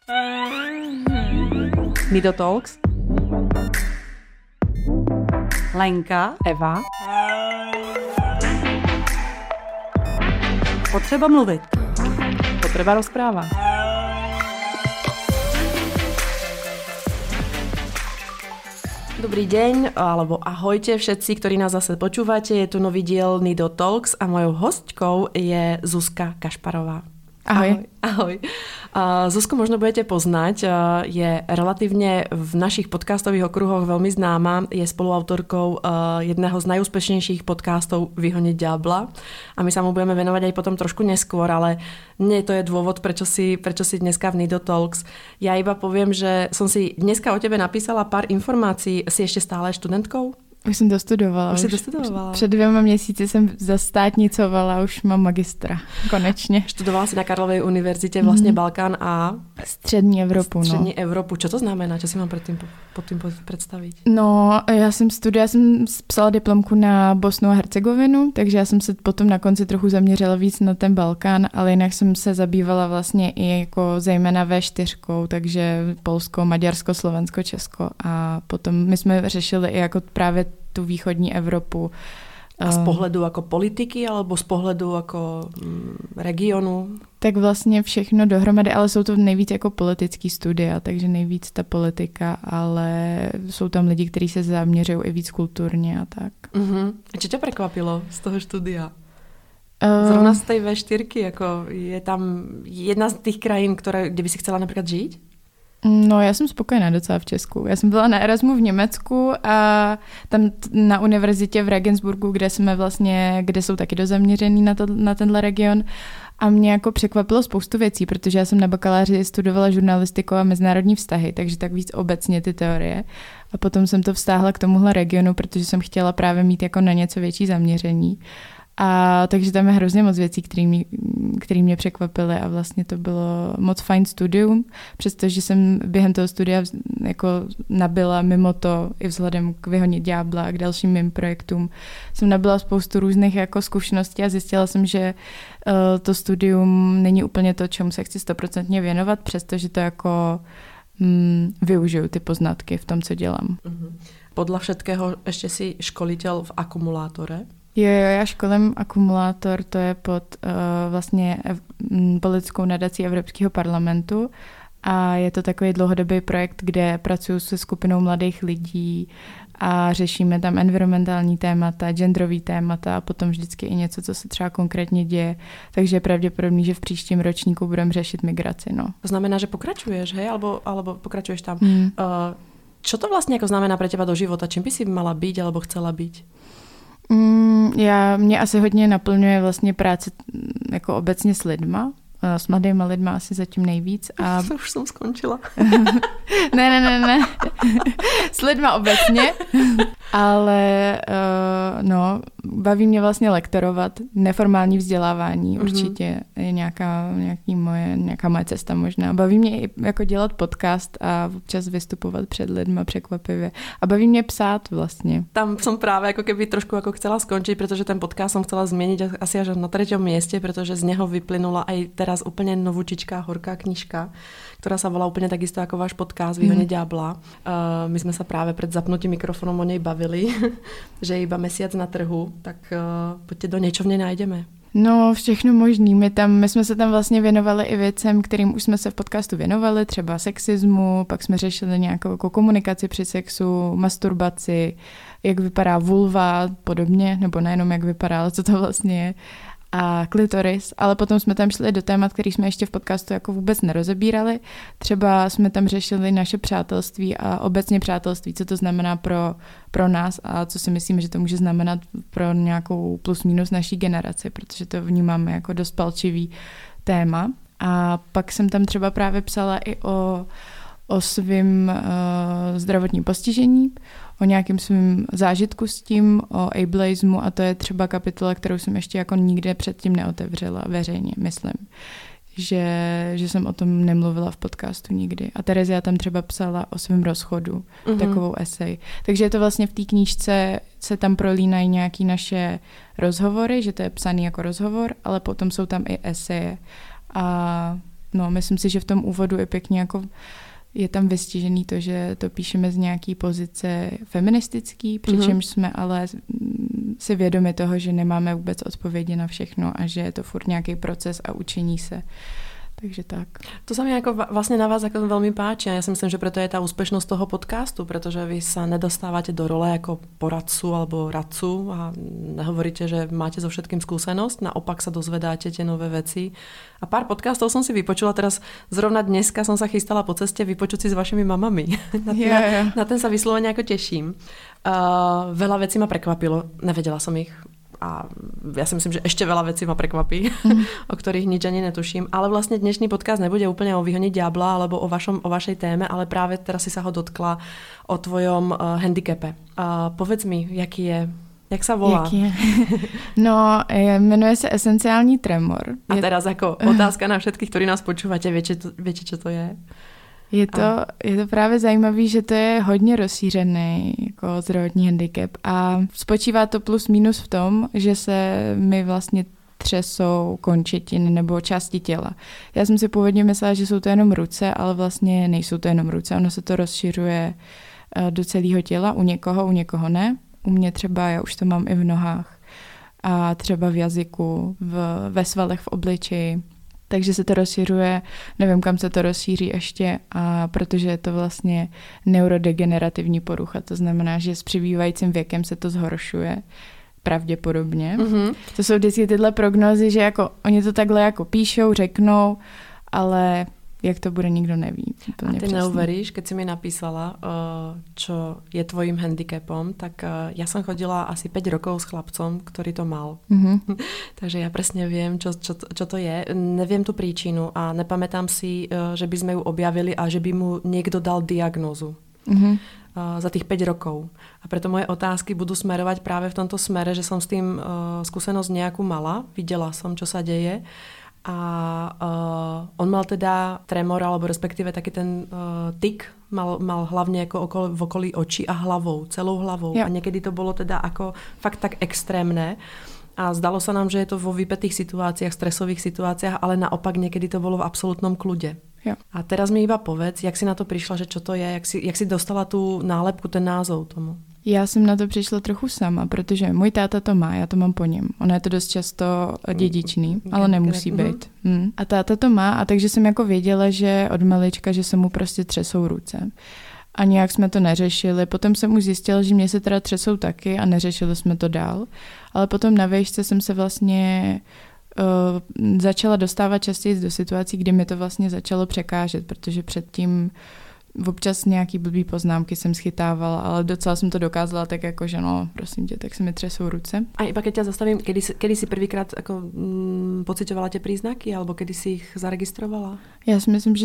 Nido Talks. Lenka. Eva. Potřeba mluvit. Potreba rozpráva. Dobrý deň, alebo ahojte všetci, ktorí nás zase počúvate. Je tu nový diel Nido Talks a mojou hostkou je Zuzka Kašparová. Ahoj. Ahoj. Zuzku možno budete poznať, je relatívne v našich podcastových okruhoch veľmi známa, je spoluautorkou jedného z najúspešnejších podcastov Vyhoniť ďábla a my sa mu budeme venovať aj potom trošku neskôr, ale nie to je dôvod, prečo si dneska v Nido Talks. Ja iba poviem, že som si dneska o tebe napísala pár informácií. Si ešte stále študentkou? Už jsem dostudovala. Před 2 měsíci jsem zastátnicovala, už mám magistra. Konečně. Študovala si na Karlovej univerzite vlastně Balkán a... Střední Evropu, Střední Evropu. Čo to znamená? Čo si mám pod tým představit? No, já jsem psala diplomku na Bosnu a Hercegovinu, takže já jsem se potom na konci trochu zaměřila víc na ten Balkán, ale jinak jsem se zabývala vlastně i jako zejména V4, takže Polsko, Maďarsko, Slovensko, Česko a potom my jsme řešili i jako právě tu východní Evropu. A z pohledu jako politiky, alebo z pohledu jako regionu? Tak vlastně všechno dohromady, ale jsou to nejvíc jako politický studia, takže nejvíc ta politika, ale jsou tam lidi, kteří se zaměřují i víc kulturně a tak. Uh-huh. A čo tě překvapilo z toho studia? Zrovna z tej V4, jako je tam jedna z těch krajín, kde by si chcela například žít? No, já jsem spokojená docela v Česku. Já jsem byla na Erasmu v Německu a tam na univerzitě v Regensburgu, kde jsou taky dozaměřený na tenhle region. A mě jako překvapilo spoustu věcí, protože já jsem na bakaláři studovala žurnalistiku a mezinárodní vztahy, takže tak víc obecně ty teorie. A potom jsem to vztáhla k tomuhle regionu, protože jsem chtěla právě mít jako na něco větší zaměření. A takže tam je hrozně moc věcí, které mě překvapily a vlastně to bylo moc fajn studium, přestože jsem během toho studia jako nabyla mimo to i vzhledem k Vyhonit ďábla a k dalším mým projektům. Jsem nabyla spoustu různých jako zkušeností a zjistila jsem, že to studium není úplně to, čemu se chci 100% věnovat, přestože to jako využiju ty poznatky v tom, co dělám. Podľa všetkého ešte si školiteľ v akumulátore? Jo, já školím Akumulátor, to je pod vlastně politickou nadací Evropského parlamentu a je to takový dlouhodobý projekt, kde pracuji se skupinou mladých lidí a řešíme tam environmentální témata, genderový témata a potom vždycky i něco, co se třeba konkrétně děje. Takže je pravděpodobný, že v příštím ročníku budeme řešit migraci. No. To znamená, že pokračuješ, hej? Alebo pokračuješ tam. Čo to vlastně jako znamená pre teba do života? Čím by si mala být alebo chcela být? Mě asi hodně naplňuje vlastně práce jako obecně s lidma, s mladýma lidma asi zatím nejvíc. A... Už jsem skončila. ne. S lidma obecně, ale baví mě vlastně lektorovat, neformální vzdělávání určitě je nějaká moje cesta možná. Baví mě i jako dělat podcast a občas vystupovat před lidma překvapivě. A baví mě psát vlastně. Tam som práve ako keby trošku jako chcela skončiť, pretože ten podcast som chcela zmeniť asi až na 3. mieste, pretože z neho vyplynula aj teraz úplne novúčičká horká knižka, ktorá sa volá úplne takisto ako váš podcast Vyhoniť ďábla. My sme sa práve pred zapnutím mikrofónom o nej bavili, že je iba mesiac na trhu, tak poďte do něčo v něj najdeme. No, všechno možný. My jsme se tam vlastně věnovali i věcem, kterým už jsme se v podcastu věnovali, třeba sexismu, pak jsme řešili nějakou jako komunikaci při sexu, masturbaci, jak vypadá vulva, podobně, nebo nejenom jak vypadá, ale co to vlastně je. A klitoris, ale potom jsme tam šli do témat, který jsme ještě v podcastu jako vůbec nerozebírali. Třeba jsme tam řešili naše přátelství a obecně přátelství, co to znamená pro nás a co si myslím, že to může znamenat pro nějakou plus minus naší generaci, protože to vnímáme jako dost palčivý téma. A pak jsem tam třeba právě psala i o svým zdravotním postižení, o nějakém svým zážitku s tím, o ableismu a to je třeba kapitola, kterou jsem ještě jako nikde předtím neotevřela veřejně, myslím. Že jsem o tom nemluvila v podcastu nikdy. A Terezia tam třeba psala o svém rozchodu, takovou esej. Takže je to vlastně v té knížce, se tam prolínají nějaké naše rozhovory, že to je psaný jako rozhovor, ale potom jsou tam i eseje. A no, myslím si, že v tom úvodu je pěkně jako je tam vystižený to, že to píšeme z nějaký pozice feministický, přičemž jsme ale si vědomi toho, že nemáme vůbec odpovědi na všechno a že je to furt nějaký proces a učení se. Takže tak. To sa mi ako vlastne na vás ako veľmi páči a ja si myslím, že preto je tá úspešnosť toho podcastu, pretože vy sa nedostávate do role ako poradcu alebo radcu a nehovoríte, že máte so všetkým skúsenosť, naopak sa dozvedáte tie nové veci. A pár podcastov som si vypočula, teraz zrovna dneska som sa chystala po ceste vypočuť si s vašimi mamami. Na ten sa vyslovene ako teším. Veľa vecí ma prekvapilo, nevedela som ich. A ja si myslím, že ešte veľa vecí ma prekvapí, o ktorých nič ani netuším. Ale vlastne dnešný podcast nebude úplne o vyhoniť diabla alebo o vašej téme, ale práve teraz si sa ho dotkla o tvojom handicape. Povedz mi, jaký je, jak sa volá? Jaký je? No, jmenuje se esenciální tremor. A teraz ako otázka na všetkých, ktorí nás počúvate, viete, čo to je? Je to právě zajímavé, že to je hodně rozšířený jako zdravotní handicap a spočívá to plus minus v tom, že se mi vlastně třesou končetiny nebo části těla. Já jsem si původně myslela, že jsou to jenom ruce, ale vlastně nejsou to jenom ruce. Ono se to rozšiřuje do celého těla, u někoho ne. U mě třeba, já už to mám i v nohách a třeba v jazyku, ve svalech v obličeji. Takže se to rozšiřuje, nevím, kam se to rozšíří ještě, a protože je to vlastně neurodegenerativní porucha, to znamená, že s přibývajícím věkem se to zhoršuje, pravděpodobně. Mm-hmm. To jsou vždycky tyhle prognózy, že jako oni to takhle jako píšou, řeknou, ale jak to bude, nikdo neví. A ty neuveríš, keď si mi napísala, čo je tvojím handicapom, tak ja som chodila asi 5 rokov s chlapcom, ktorý to mal. Mm-hmm. Takže ja presne viem, čo to je. Neviem tú príčinu a nepamätám si, že by sme ju objavili a že by mu niekto dal diagnózu. Mm-hmm. Za tých 5 rokov. A preto moje otázky budú smerovať práve v tomto smere, že som s tým skúsenosť nejakú mala, videla som, čo sa deje. A on mal teda tremor, alebo respektíve taký ten tik, mal hlavne ako v okolí očí a hlavou, celou hlavou. Ja. A niekedy to bolo teda ako fakt tak extrémne. A zdalo sa nám, že je to vo vypätých situáciách, stresových situáciách, ale naopak niekedy to bolo v absolútnom kľude. Ja. A teraz mi iba povedz, jak si na to prišla, že čo to je, jak si dostala tú nálepku, ten názov tomu. Já jsem na to přišla trochu sama, protože můj táta to má, já to mám po něm. Ono je to dost často dědičný, ale nemusí být. A táta to má, a takže jsem jako věděla, že od malička, že se mu prostě třesou ruce. A nějak jsme to neřešili. Potom jsem už zjistila, že mě se teda třesou taky a neřešili jsme to dál. Ale potom na výšce jsem se vlastně začala dostávat častěji do situací, kdy mi to vlastně začalo překážet, protože předtím občas nějaký blbý poznámky jsem schytávala, ale docela jsem to dokázala tak jako, že no, prosím tě, tak se mi třesou ruce. A iba keď ťa zastavím, kedy si prvýkrát ako pocitovala tie príznaky, alebo kedy si ich zaregistrovala? Já si myslím, že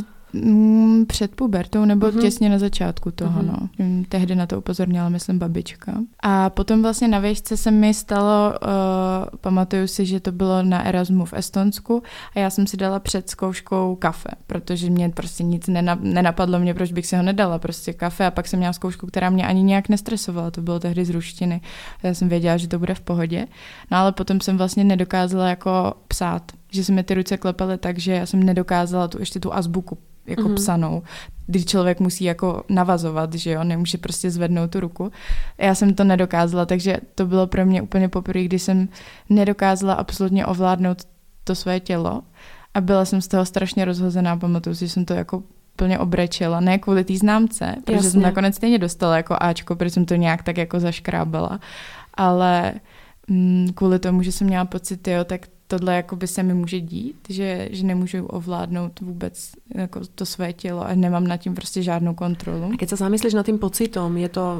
před pubertou nebo těsně na začátku toho, no. Tehdy na to upozornila, myslím, babička. A potom vlastně na výšce se mi stalo, pamatuju si, že to bylo na Erasmu v Estonsku a já jsem si dala před zkouškou kafe, protože mě prostě nic nenapadlo mě, proč bych si ho nedala, prostě kafe, a pak jsem měla zkoušku, která mě ani nějak nestresovala, to bylo tehdy z ruštiny. Já jsem věděla, že to bude v pohodě. No ale potom jsem vlastně nedokázala jako psát, že se mi ty ruce klepaly tak, že já jsem nedokázala ještě tu azbuku jako psanou, kdy člověk musí jako navazovat, že jo, nemůže prostě zvednout tu ruku. Já jsem to nedokázala, takže to bylo pro mě úplně poprvé, kdy jsem nedokázala absolutně ovládnout to své tělo a byla jsem z toho strašně rozhozená, pamatuju si, že jsem to jako plně obrečela, ne kvůli té známce, protože jsem nakonec stejně dostala jako Ačko, protože jsem to nějak tak jako zaškrábala, ale kvůli tomu, že jsem měla pocit, jo, tak tohle jako by se mi může dít, že nemůžu ovládnout vůbec jako to své tělo a nemám nad tím prostě žádnou kontrolu. A keď sa zamyslíš nad tým pocitom, je to...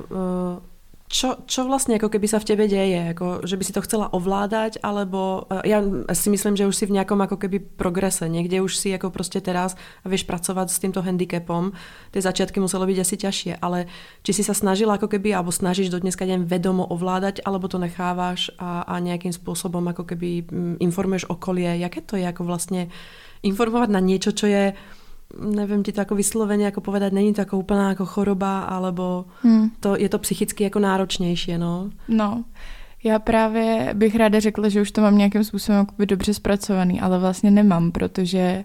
Čo vlastne ako keby sa v tebe deje? Ako, že by si to chcela ovládať, alebo ja si myslím, že už si v nejakom ako keby progrese. Niekde už si ako proste teraz a vieš pracovať s týmto handicapom. Tie začiatky muselo byť asi ťažšie, ale či si sa snažila ako keby, alebo snažíš do dneska deň vedomo ovládať, alebo to nechávaš a nejakým spôsobom ako keby informuješ okolie. Jaké to je ako vlastne informovať na niečo, čo je... neviem ti to ako vyslovene ako povedať, není to ako úplná ako choroba, alebo je to psychicky jako náročnější, no? No, já právě bych ráda řekla, že už to mám nějakým způsobem dobře zpracovaný, ale vlastně nemám, protože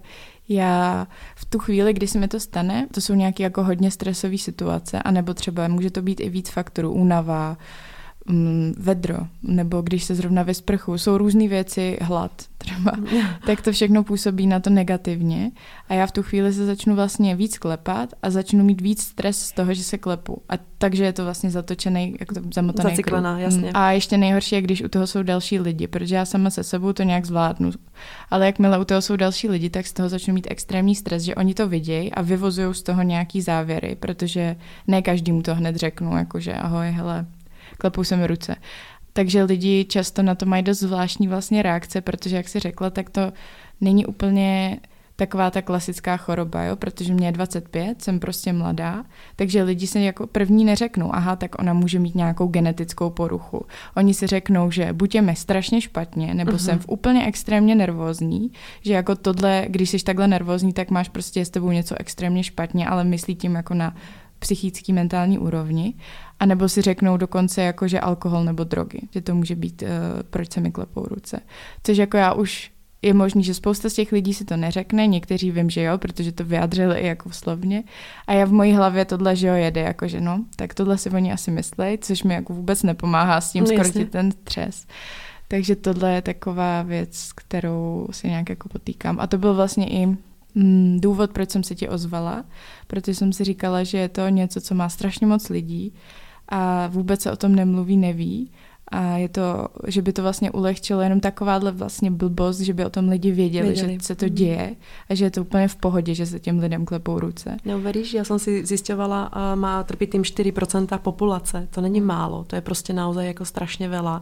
Já v tu chvíli, kdy se mi to stane, to jsou nějaké jako hodně stresové situace, anebo třeba může to být i víc faktorů, únava, vedro, nebo když se zrovna vysprchu, jsou různé věci, hlad třeba, tak to všechno působí na to negativně a já v tu chvíli se začnu vlastně víc klepat a začnu mít víc stres z toho, že se klepu. A takže je to vlastně zatočený, jako to zamotaný zacyklená, kruh. jasně. A ještě nejhorší je, když u toho jsou další lidi, protože já sama se sebou to nějak zvládnu. Ale jakmile u toho jsou další lidi, tak z toho začnu mít extrémní stres, že oni to vidějí a vyvozují z toho nějaký závěry, protože ne každému to hned řeknu, jakože ahoj, hele, klepou se mi ruce. Takže lidi často na to mají dost zvláštní vlastně reakce, protože jak jsi řekla, tak to není úplně taková ta klasická choroba, jo? Protože mě je 25, jsem prostě mladá, takže lidi si jako první neřeknou, aha, tak ona může mít nějakou genetickou poruchu. Oni si řeknou, že buď je mi strašně špatně, nebo jsem úplně extrémně nervózní, že jako tohle, když jsi takhle nervózní, tak máš prostě s tebou něco extrémně špatně, ale myslí tím jako na psychický, mentální úrovni. A nebo si řeknou dokonce jako, že alkohol nebo drogy, že to může být, proč se mi klepou ruce. Což jako já už je možný, že spousta z těch lidí si to neřekne, někteří vím, že jo, protože to vyjádřili i jako slovně. A já v mojí hlavě tohle, že jo, jede, jakože no, tak tohle si oni asi myslej, což mi jako vůbec nepomáhá s tím skrotit ten stres. Takže tohle je taková věc, kterou si nějak jako potýkám. A to byl vlastně i důvod, proč jsem se ti ozvala, protože jsem si říkala, že je to něco, co má strašně moc lidí a vůbec se o tom nemluví, neví. A je to, že by to vlastně ulehčilo jenom takováhle vlastně blbost, že by o tom lidi věděli. Že se to děje a že je to úplně v pohodě, že se těm lidem klepou ruce. Neuveríš, já jsem si zisťovala, má trpí tým 4% populace. To není málo, to je prostě naozaj jako strašně veľa.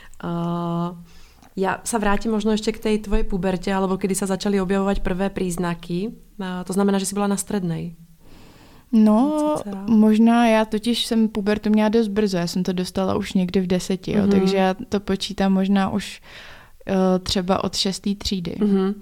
Ja sa vrátim možno ešte k tej tvojej puberte, alebo kedy sa začali objavovať prvé príznaky. To znamená, že si byla na strednej. No, možná já totiž jsem pubertu měla dost brzo, já jsem to dostala už někdy v 10, jo, takže já to počítám možná už třeba od 6. třídy.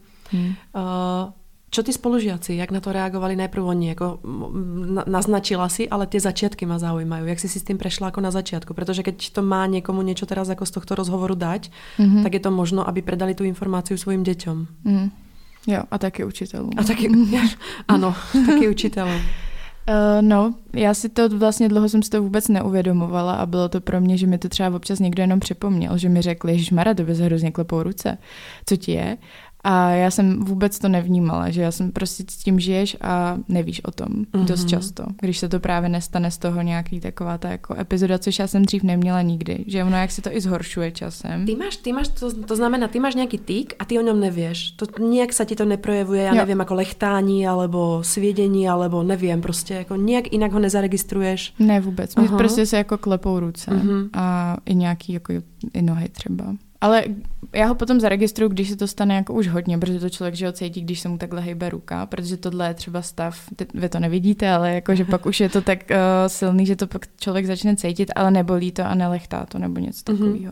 Čo tí spolužiaci, jak na to reagovali najprv oni? Jako naznačila si, ale tie začiatky ma zaujímajú. Jak si s tým prešla ako na začiatku? Pretože keď to má niekomu niečo teraz ako z tohto rozhovoru dať, tak je to možno, aby predali tú informáciu svojim deťom. Jo, a taky učitelům. A taky, ano, taky učitelům. No, já si to vlastně dlouho jsem si to vůbec neuvědomovala a bylo to pro mě, že mi to třeba občas někdo jenom připomněl, že mi řekl, ježišmarja, tobě se hrozně klepou ruce, co ti je? A já jsem vůbec to nevnímala, že já jsem prostě s tím žiješ a nevíš o tom dost často, když se to právě nestane z toho nějaký taková ta jako epizoda, což já jsem dřív neměla nikdy, že ono jak se to i zhoršuje časem. Ty máš to znamená, ty máš nějaký týk a ty o něm nevíš. To nějak se ti to neprojevuje, já nevím, jako lechtání, alebo svědění, alebo nevím, prostě jako nějak jinak ho nezaregistruješ. Ne vůbec, mě prostě se jako klepou ruce a i nějaký jako i nohy třeba. Ale já ho potom zaregistruju, když se to stane jako už hodně, protože to člověk, že ho cítí, když se mu takhle hejbe ruka, protože tohle je třeba stav, vy to nevidíte, ale jakože pak už je to tak silný, že to pak člověk začne cítit, ale nebolí to a nelechtá to nebo něco takového.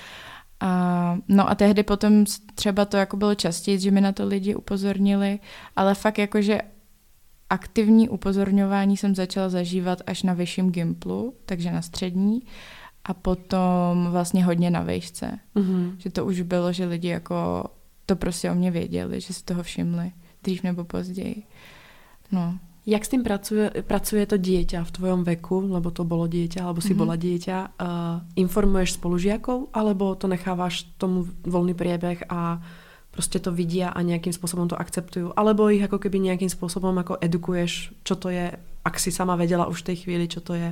No a tehdy potom třeba to jako bylo častěji, že mi na to lidi upozornili, ale fakt jakože aktivní upozorňování jsem začala zažívat až na vyšším gymplu, takže na střední. A potom vlastně hodně na vejšce. Že to už bylo, že lidi jako to prostě o mě věděli, že si toho všimli dřív nebo později. No. Jak s tým pracuje to dieťa v tvojom veku, lebo to bolo dieťa, alebo si bola dieťa? Informuješ spolužiakov, alebo to nechávaš tomu voľný priebeh a prostě to vidia a nejakým spôsobom to akceptujú? Alebo ich ako keby nejakým spôsobom ako edukuješ, čo to je, ak si sama vedela už v tej chvíli, čo to je?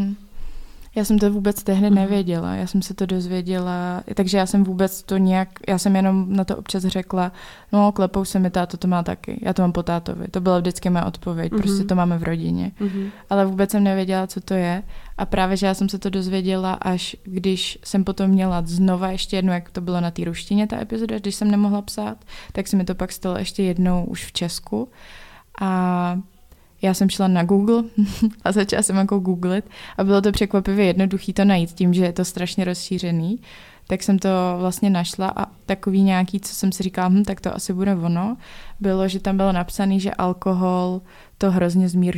Já jsem to vůbec tehdy nevěděla, já jsem se to dozvěděla, takže já jsem vůbec to nějak, já jsem jenom na to občas řekla, no klepou se mi, táto to má taky, já to mám po tátovi, to byla vždycky moje odpověď, prostě to máme v rodině, ale vůbec jsem nevěděla, co to je a právě, že já jsem se to dozvěděla, až když jsem potom měla znova ještě jednou, jak to bylo na té ruštině ta epizoda, když jsem nemohla psát, tak se mi to pak stalo ještě jednou už v Česku a já jsem šla na Google a začala jsem jako googlit a bylo to překvapivě jednoduchý to najít tím, že je to strašně rozšířený. Tak jsem to vlastně našla a takový nějaký, co jsem si říkala, tak to asi bude ono, bylo, že tam bylo napsané, že alkohol to hrozně zmírňuje.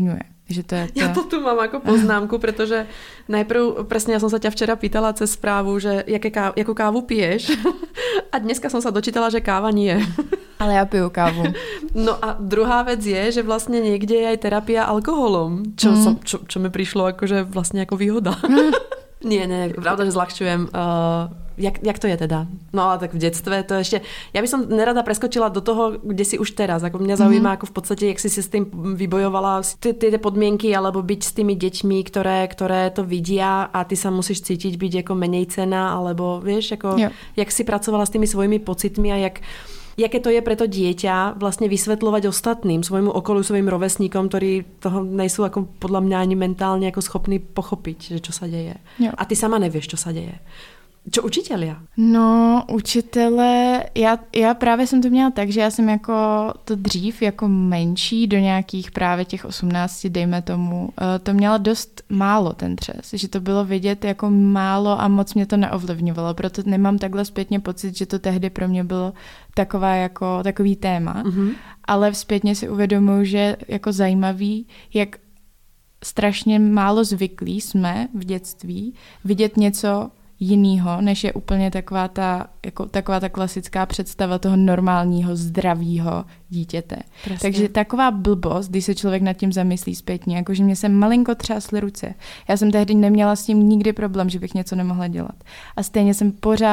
Že to je to... Ja to tu mám ako poznámku, pretože najprv, presne ja som sa ťa včera pýtala cez správu, že jakú kávu piješ a dneska som sa dočítala, že káva nie. Ale ja piju kávu. No a druhá vec je, že vlastne niekde je aj terapia alkoholom, čo mi prišlo akože vlastne ako výhoda. Nie, pravda, že zľahčujem. Jak to je teda? No ale tak v detstve to ešte... Ja by som nerada preskočila do toho, kde si už teraz. Ako mňa zaujíma, ako v podstate, jak si s tým vybojovala tie podmienky, alebo byť s tými deťmi, ktoré to vidia a ty sa musíš cítiť byť ako menej cena, alebo vieš, ako, jak si pracovala s tými svojimi pocitmi a jaké to je pre to dieťa vlastne vysvetľovať ostatným, svojmu okolu, svojim rovesníkom, ktorí toho nejsú ako podľa mňa ani mentálne ako schopní pochopiť, že čo sa deje. Jo. A ty sama nevieš, čo sa deje. Čo učitelia? No, učitele, já právě jsem to měla tak, že já jsem jako to dřív jako menší do nějakých právě těch 18, dejme tomu, to měla dost málo ten třes, že to bylo vidět jako málo a moc mě to neovlivňovalo, proto nemám takhle zpětně pocit, že to tehdy pro mě bylo takový téma, ale zpětně si uvědomuji, že jako zajímavý, jak strašně málo zvyklí jsme v dětství vidět něco jinýho, než je úplně taková ta klasická představa toho normálního, zdravého dítěte. Presně. Takže taková blbost, když se člověk nad tím zamyslí zpětně, jakože mě se malinko třásly ruce. Já jsem tehdy neměla s tím nikdy problém, že bych něco nemohla dělat. A stejně jsem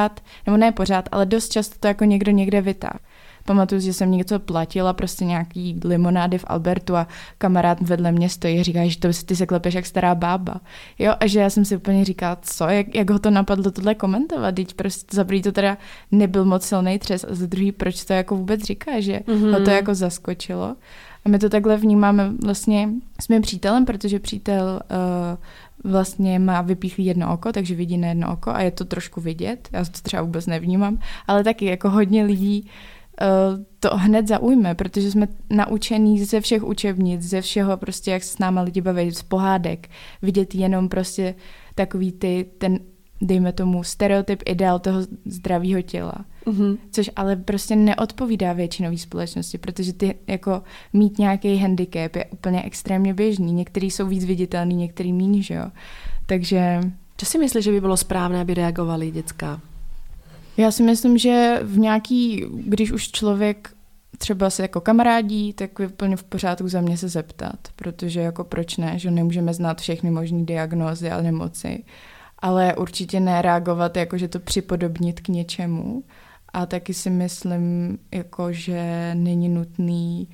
ale dost často to jako někdo někde vytáhl. Pamatuju, že jsem něco platila, prostě nějaký limonády v Albertu a kamarád vedle mě stojí a říká, že ty se klepeš jak stará bába. Jo, a že já jsem si úplně říkala, co, jak ho to napadlo tohle komentovat, teď prostě za první to teda nebyl moc silnej třes a za druhý, proč to jako vůbec říká, že ho to jako zaskočilo. A my to takhle vnímáme vlastně s mým přítelem, protože přítel vlastně má vypíchlý jedno oko, takže vidí na jedno oko a je to trošku vidět, já to třeba vůbec nevnímám, ale taky jako hodně lidí to hned zaujme, protože jsme naučení ze všech učebnic, ze všeho prostě, jak se s náma lidi baví, z pohádek, vidět jenom prostě takový ten, dejme tomu, stereotyp, ideál toho zdravého těla. Což ale prostě neodpovídá většinové společnosti, protože ty jako mít nějaký handicap je úplně extrémně běžný. Některý jsou víc viditelný, některý míň, že jo. Takže... Čo si myslíš, že by bylo správné, aby reagovali děcka? Já si myslím, že když už člověk třeba se jako kamarádí, tak je úplně v pořádku za mě se zeptat, protože jako proč ne, že nemůžeme znát všechny možné diagnózy a nemoci, ale určitě nereagovat, jako že to připodobnit k něčemu a taky si myslím, jako že není nutný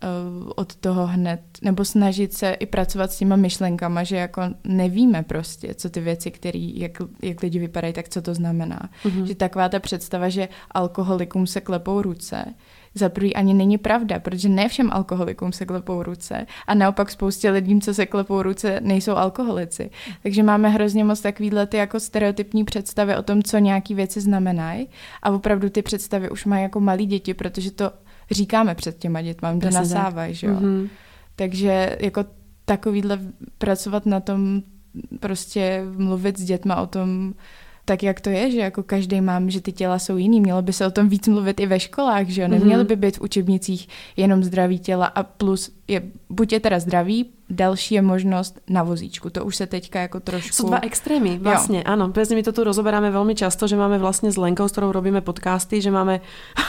od toho hned, nebo snažit se i pracovat s těma myšlenkama, že jako nevíme prostě, co ty věci, jak lidi vypadají, tak co to znamená. Že taková ta představa, že alkoholikům se klepou ruce, za prvý ani není pravda, protože ne všem alkoholikům se klepou ruce a naopak spoustě lidím, co se klepou ruce, nejsou alkoholici. Takže máme hrozně moc takovýhle ty jako stereotypní představy o tom, co nějaký věci znamenají a opravdu ty představy už mají jako malí děti, protože to říkáme před těma dětma, to nasávají, že jo. Takže jako takovýhle pracovat na tom, prostě mluvit s dětma o tom, tak jak to je, že jako každý mám, že ty těla jsou jiný. Mělo by se o tom víc mluvit i ve školách, že jo. Nemělo by být v učebnicích jenom zdraví těla a plus buď je teda zdraví, další je možnost na vozíčku. To už se teďka jako trošku... Sú dva extrémy, vlastne, áno. Presne my to tu rozoberáme veľmi často, že máme vlastne s Lenkou, s ktorou robíme podcasty, že máme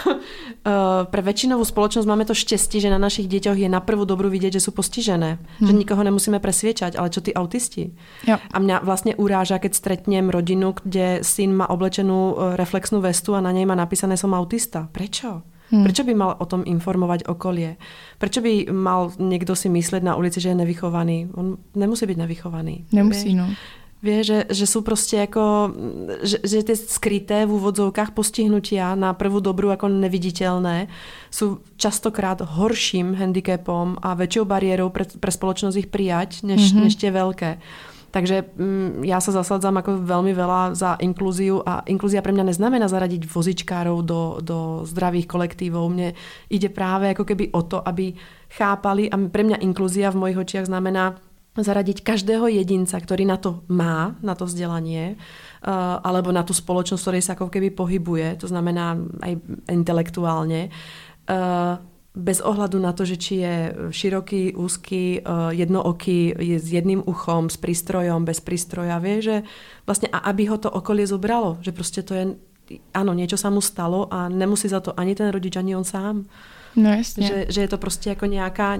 pre väčšinovú spoločnosť máme to šťastie, že na našich deťoch je na prvú dobrú vidieť, že sú postižené. Že nikoho nemusíme presviečať, ale čo tí autisti? Jo. A mňa vlastne uráža, keď stretnem rodinu, kde syn má oblečenú reflexnú vestu a na nej má napísané som autista. Prečo? Prečo by mal o tom informovať okolie? Prečo by mal niekto si mysleť na ulici, že je nevychovaný? On nemusí byť nevychovaný. Nemusí, no. Vie, že sú proste ako, že tie skryté v úvodzovkách postihnutia na prvú dobrú ako neviditeľné sú častokrát horším handicapom a väčšou bariérou pre spoločnosť ich prijať, než tie veľké. Takže ja sa zasadzam ako veľmi veľa za inklúziu a inklúzia pre mňa neznamená zaradiť vozičkárov do zdravých kolektívov. Mne ide práve ako keby o to, aby chápali a pre mňa inklúzia v mojich očiach znamená zaradiť každého jedinca, ktorý na to má, na to vzdelanie, alebo na tú spoločnosť, ktorej sa ako keby pohybuje, to znamená aj intelektuálne, bez ohľadu na to, že či je široký, úzky, jednooký, je s jedným uchom, s prístrojom, bez prístroja, vie, že vlastne a aby ho to okolie zobralo, že proste to je, áno, niečo sa mu stalo a nemusí za to ani ten rodič, ani on sám. No jasne. Že je to proste ako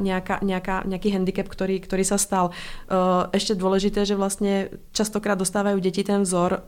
nejaký handicap, ktorý sa stal. Ešte dôležité, že vlastne častokrát dostávajú deti ten vzor,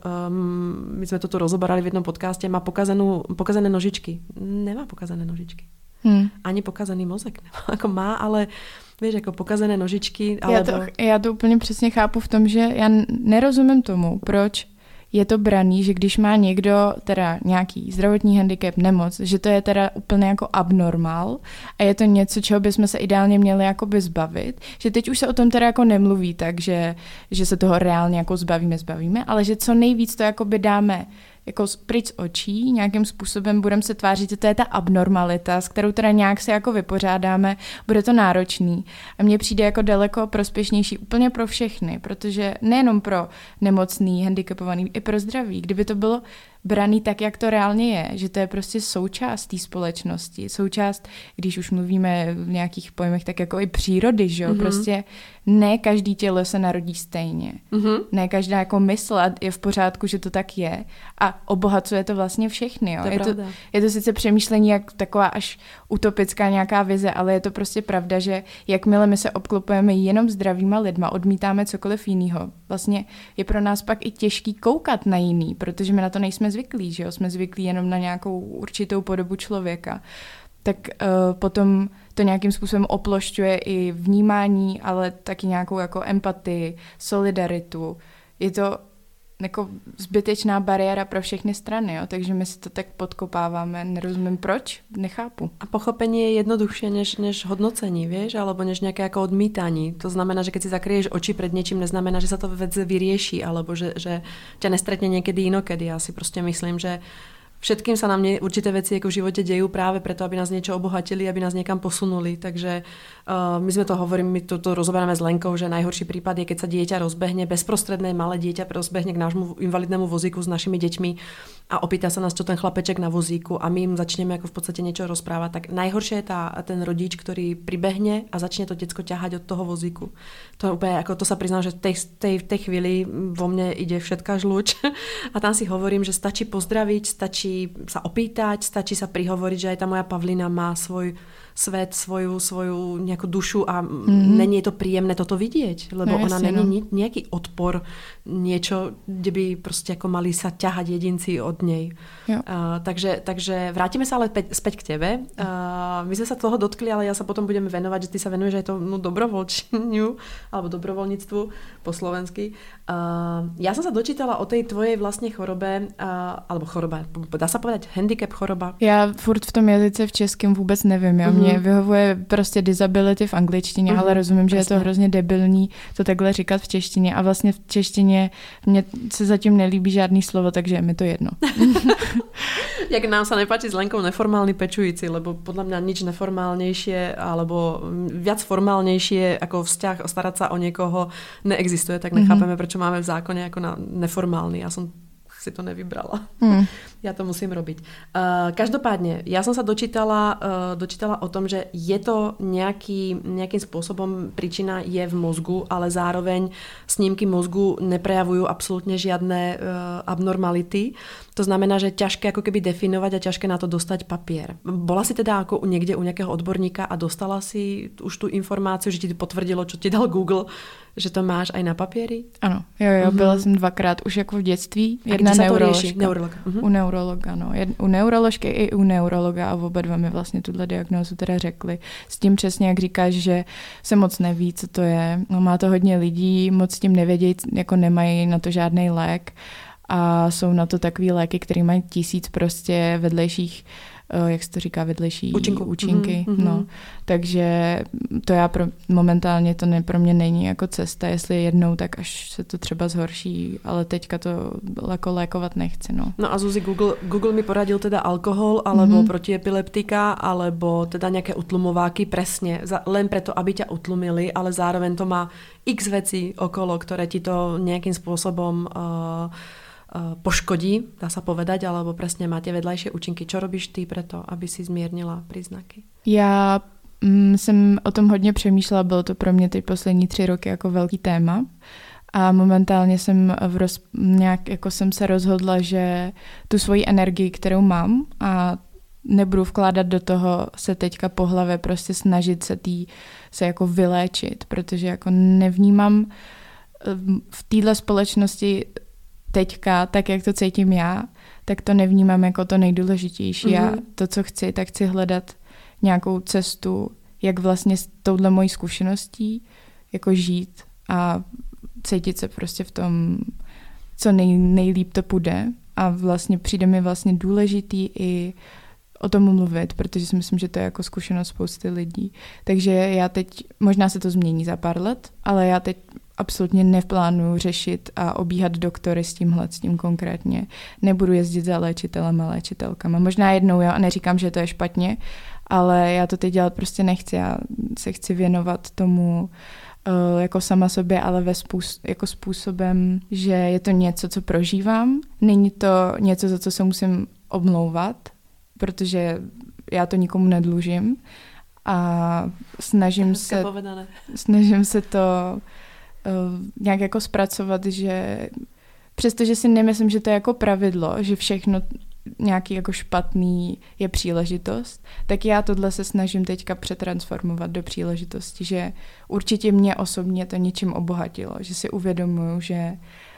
my sme to tu rozoberali v jednom podcaste, má pokazané nožičky. Nemá pokazané nožičky. Ani pokazaný mozek. Ako má, ale vieš, ako pokazané nožičky. Alebo... Já to úplně přesně chápu v tom, že já nerozumím tomu, proč je to braný, že když má někdo teda nějaký zdravotní handicap, nemoc, že to je teda úplně jako abnormál a je to něco, čeho bychom se ideálně měli jakoby zbavit, že teď už se o tom teda jako nemluví tak, že se toho reálně jako zbavíme, ale že co nejvíc to jakoby dáme jako pryč z očí, nějakým způsobem budeme se tvářit, že to je ta abnormalita, s kterou teda nějak se jako vypořádáme, bude to náročný. A mně přijde jako daleko prospěšnější úplně pro všechny, protože nejenom pro nemocný, handicapovaný, i pro zdraví. Kdyby to bylo braný tak, jak to reálně je, že to je prostě součást té společnosti, součást, když už mluvíme v nějakých pojmech, tak jako i přírody, že jo, prostě ne každý tělo se narodí stejně, ne každá jako mysl a je v pořádku, že to tak je a obohacuje to vlastně všechny, jo. Je to sice přemýšlení jak taková až utopická nějaká vize, ale je to prostě pravda, že jakmile my se obklopujeme jenom zdravýma lidma, odmítáme cokoliv jinýho, vlastně je pro nás pak i těžký koukat na jiný, protože my na to nejsme zvyklí, že jo? Jsme zvyklí jenom na nějakou určitou podobu člověka. Tak potom to nějakým způsobem oplošťuje i vnímání, ale taky nějakou jako empatii, solidaritu. Je to jako zbytečná bariéra pro všechny strany, jo? Takže my si to tak podkopáváme, nerozumím proč, nechápu. A pochopenie je jednoduchšie než hodnocení, vieš, alebo než nejaké ako odmítanie. To znamená, že keď si zakrieš oči pred niečím, neznamená, že sa to vec vyrieši, alebo že ťa nestretne niekedy inokedy. Ja si proste myslím, že všetkým sa nám určité veci ako v živote dejú práve preto, aby nás niečo obohatili, aby nás niekam posunuli. Takže my sme to hovoríme, my to rozoberáme s Lenkou, že najhorší prípad je, keď sa dieťa rozbehne, bezprostredné malé dieťa rozbehne k nášmu invalidnému vozíku s našimi deťmi a opýta sa nás, čo ten chlapeček na vozíku a my im začneme ako v podstate niečo rozprávať. Tak najhoršie je ten rodič, ktorý pribehne a začne to decko ťahať od toho vozíku. To je úplne, ako to sa priznám, že v tej chvíli vo mne ide všetká žluč a tam si hovorím, že stačí pozdraviť, stačí sa opýtať, stačí sa prihovoriť, že aj tá moja Pavlina má svoj svet, svoju nejakú dušu a není to príjemné toto vidieť, lebo ona není nejaký odpor, niečo, kde by proste ako mali sa ťahať jedinci od nej. Takže vrátime sa ale späť k tebe. My sme sa toho dotkli, ale ja sa potom budeme venovať, že ty sa venuješ aj tomu dobrovoľčeniu alebo dobrovoľníctvu po slovensky. Ja som sa dočítala o tej tvojej vlastne chorobe, alebo choroba, dá sa povedať handicap, choroba? Já furt v tom jazyce v českém vůbec nevím. Mě vyhovuje prostě disability v angličtině, ale rozumím, že je to hrozně debilní to takhle říkat v češtině a vlastně v češtině mně se zatím nelíbí žádný slovo, takže je mi to jedno. Jak nám sa nepáči s Lenkou neformálny pečujúci, lebo podľa mňa nič neformálnejšie alebo viac formálnejšie ako vzťah, starať sa o niekoho neexistuje, tak nechápeme, prečo máme v zákone ako na neformálny. Ja som si to nevybrala. Ja to musím robiť. Každopádne, ja som sa dočítala o tom, že je to nejakým spôsobom príčina je v mozgu, ale zároveň snímky mozgu neprejavujú absolútne žiadne abnormality. To znamená, že ťažké ako keby definovať a ťažké na to dostať papier. Bola si teda ako niekde u nejakého odborníka a dostala si už tú informáciu, že ti potvrdilo, čo ti dal Google, že to máš aj na papieri? Ano, jo, byla jsem 2krát už jako v dětství. Jedna neuroložka. U neurologa, no. U neuroložky i u neurologa a oba dva mi vlastně tuhle diagnózu teda řekli. S tím přesně, jak říkáš, že se moc neví, co to je. No, má to hodně lidí, moc s tím nevědějí, jako nemají na to žádný lék a jsou na to takový léky, které mají 1000 prostě vedlejších jak se to říká, vedlejší účinky. No. Takže to momentálně to pro mě není jako cesta, jestli jednou, tak až se to třeba zhorší, ale teďka to jako lékovat nechci. No a Zuzi, Google mi poradil teda alkohol, alebo protiepileptika, alebo teda nejaké utlumováky presne, len preto, aby ťa utlumili, ale zároveň to má x vecí okolo, ktoré ti to nejakým spôsobom poškodí, dá sa povedať, alebo presne máte vedľajšie účinky. Čo robíš ty preto, aby si zmiernila příznaky? Já jsem o tom hodně přemýšlela, bylo to pro mě ty poslední 3 roky jako velký téma. A momentálně jsem nějak jako jsem se rozhodla, že tu svoji energii, kterou mám a nebudu vkládat do toho se teďka po hlavě prostě snažit se jako vyléčit, protože jako nevnímám v téhle společnosti teďka, tak jak to cítím já, tak to nevnímám jako to nejdůležitější. Já to, co chci, tak chci hledat nějakou cestu, jak vlastně s touhle mojí zkušeností jako žít a cítit se prostě v tom, co nejlíp to půjde. A vlastně přijde mi vlastně důležitý i o tom mluvit, protože si myslím, že to je jako zkušenost spousty lidí. Takže já teď, možná se to změní za pár let, ale já teď absolutně neplánuju řešit a obíhat doktory s tím konkrétně. Nebudu jezdit za léčitelem a léčitelkama. Možná jednou, jo, a neříkám, že to je špatně, ale já to teď dělat prostě nechci. Já se chci věnovat tomu jako sama sobě, ale jako způsobem, že je to něco, co prožívám. Není to něco, za co se musím omlouvat, protože já to nikomu nedlužím a snažím se to nějak jako zpracovat, že přestože si nemyslím, že to je jako pravidlo, že všechno nějaký jako špatný je příležitost, tak já tohle se snažím teďka přetransformovat do příležitosti, že určitě mě osobně to něčím obohatilo, že si uvědomuju, že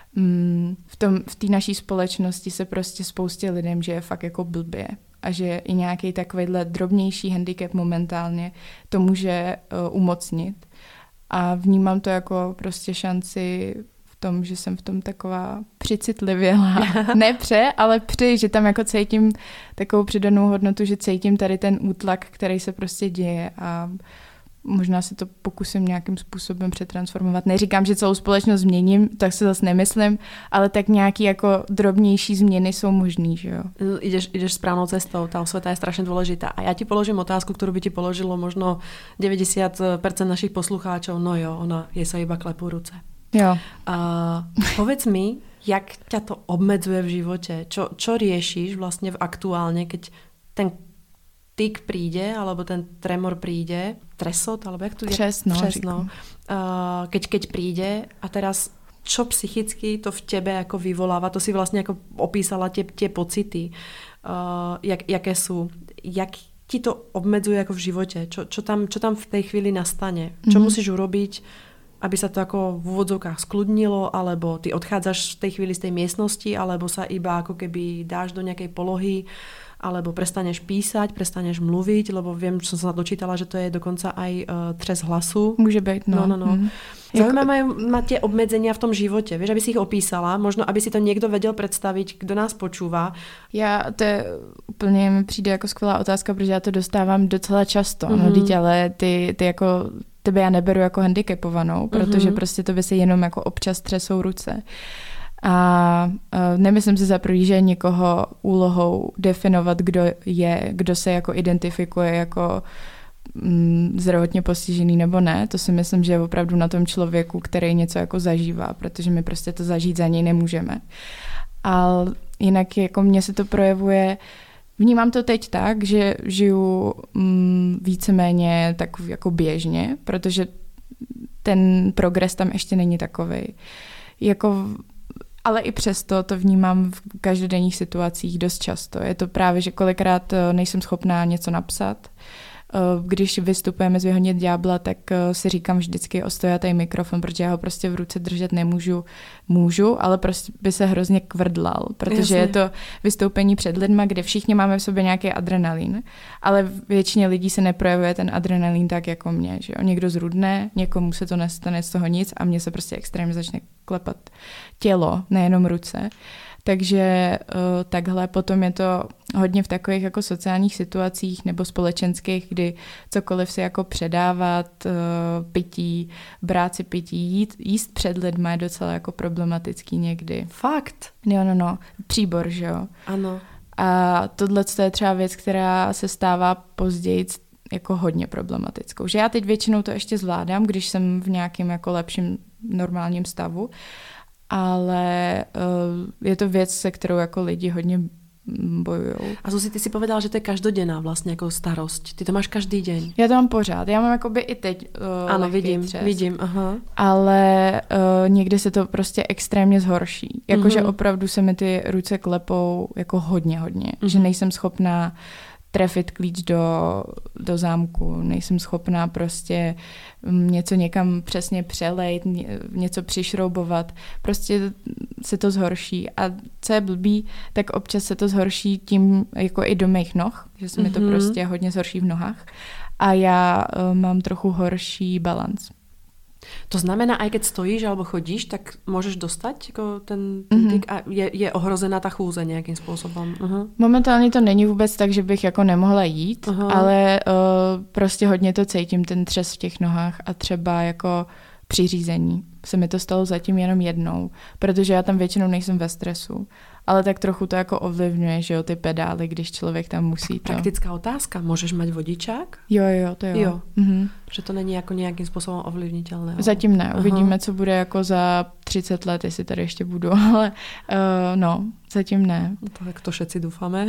v té naší společnosti se prostě spoustě lidem, že je fakt jako blbě a že i nějaký takovýhle drobnější handicap momentálně to může umocnit. A vnímám to jako prostě šanci v tom, že jsem v tom taková přicitlivělá. Ne ale že tam jako cítím takovou přidanou hodnotu, že cítím tady ten útlak, který se prostě děje a možná se to pokusím nějakým způsobem přetransformovat. Neříkám, že celou společnost změním, tak se zase nemyslím, ale tak nějaký jako drobnější změny jsou možný, že jo. Ideš správnou cestou, tá osveta je strašne dôležitá. A ja ti položím otázku, ktorú by ti položilo možno 90% našich poslucháčov. No jo, je sa iba klepú ruce. Jo. Povedz mi, jak ťa to obmedzuje v živote? Čo riešiš vlastne aktuálne, keď ten tik príde, alebo ten tremor príde, tresot, alebo jak to je? Třesno. Keď príde a teraz čo psychicky to v tebe ako vyvoláva, to si vlastne ako opísala tie pocity, jaké sú, jak ti to obmedzuje ako v živote, čo tam v tej chvíli nastane, čo musíš urobiť, aby sa to ako v úvodzovkách skľudnilo, alebo ty odchádzaš v tej chvíli z tej miestnosti, alebo sa iba ako keby dáš do nejakej polohy, alebo prestaneš písať, prestaneš mluviť, lebo viem, že som sa dočítala, že to je dokonca aj třes hlasu. Může být, no. Zaujímavé ma tie obmedzenia v tom živote, vieš, aby si ich opísala, možno aby si to niekto vedel predstaviť, kdo nás počúva. To je úplně mi přijde jako skvělá otázka, protože já to dostávám docela často, no, ale ty jako tebe já neberu jako handicapovanou, protože prostě to by se jenom jako občas třesou ruce. A nemyslím si za první, že je někoho úlohou definovat, kdo se jako identifikuje jako zdravotně postižený nebo ne. To si myslím, že je opravdu na tom člověku, který něco jako zažívá, protože my prostě to zažít za něj nemůžeme. Ale jinak jako mně se to projevuje, vnímám to teď tak, že žiju víceméně tak jako běžně, protože ten progres tam ještě není takovej. Ale i přesto to vnímám v každodenních situacích dost často. Je to právě, že kolikrát nejsem schopná něco napsat. Když vystupujeme z Vyhonit ďábla, tak si říkám vždycky ostojatý mikrofon, protože já ho prostě v ruce držet nemůžu. Můžu, ale prostě by se hrozně kvrdlal, protože Jasně. Je to vystoupení před lidma, kde všichni máme v sobě nějaký adrenalin, ale většině lidí se neprojevuje ten adrenalin tak jako mě. Že jo? Někdo zrudne, někomu se to nestane z toho nic a mně se prostě extrémně začne klepat tělo, nejenom ruce. Takže takhle potom je to hodně v takových jako sociálních situacích nebo společenských, kdy cokoliv si jako předávat, pití, brát si pití, jíst před lidma je docela jako problematický někdy. Fakt? No. Příbor, že jo? Ano. A tohle je třeba věc, která se stává později jako hodně problematickou. Že já teď většinou to ještě zvládám, když jsem v nějakém jako lepším normálním stavu, ale je to věc, se kterou jako lidi hodně bojujou. A Zuzi, ty si povedala, že to je každodenná vlastně jako starost. Ty to máš každý den. Já to mám pořád. Já mám jakoby i teď ano, vidím. Aha. Ale někdy se to prostě extrémně zhorší. Jakože opravdu se mi ty ruce klepou jako hodně. Že nejsem schopná trefit klíč do zámku, nejsem schopná prostě něco někam přesně přelejt, něco přišroubovat, prostě se to zhorší. A co je blbý, tak občas se to zhorší tím jako i do mých noh, že se mi to prostě hodně zhorší v nohách a já mám trochu horší balans. To znamená, aj keď stojíš alebo chodíš, tak môžeš dostať jako ten tyk a je ohrozená ta chůze nějakým způsobem. Momentálně to není vůbec tak, že bych jako nemohla jít, ale prostě hodně to cítím, ten třes v těch nohách a třeba jako při řízení. Se mi to stalo zatím jenom jednou, protože já tam většinou nejsem ve stresu. Ale tak trochu to jako ovlivňuje, že jo, ty pedály, když člověk tam musí. Praktická otázka, můžeš mať vodičák? Jo, to jo. Že to není jako nějakým způsobem ovlivnitelné. Zatím ne, uvidíme, co bude jako za 30 let, jestli tady ještě budu, ale zatím ne. Tak to všetci doufáme.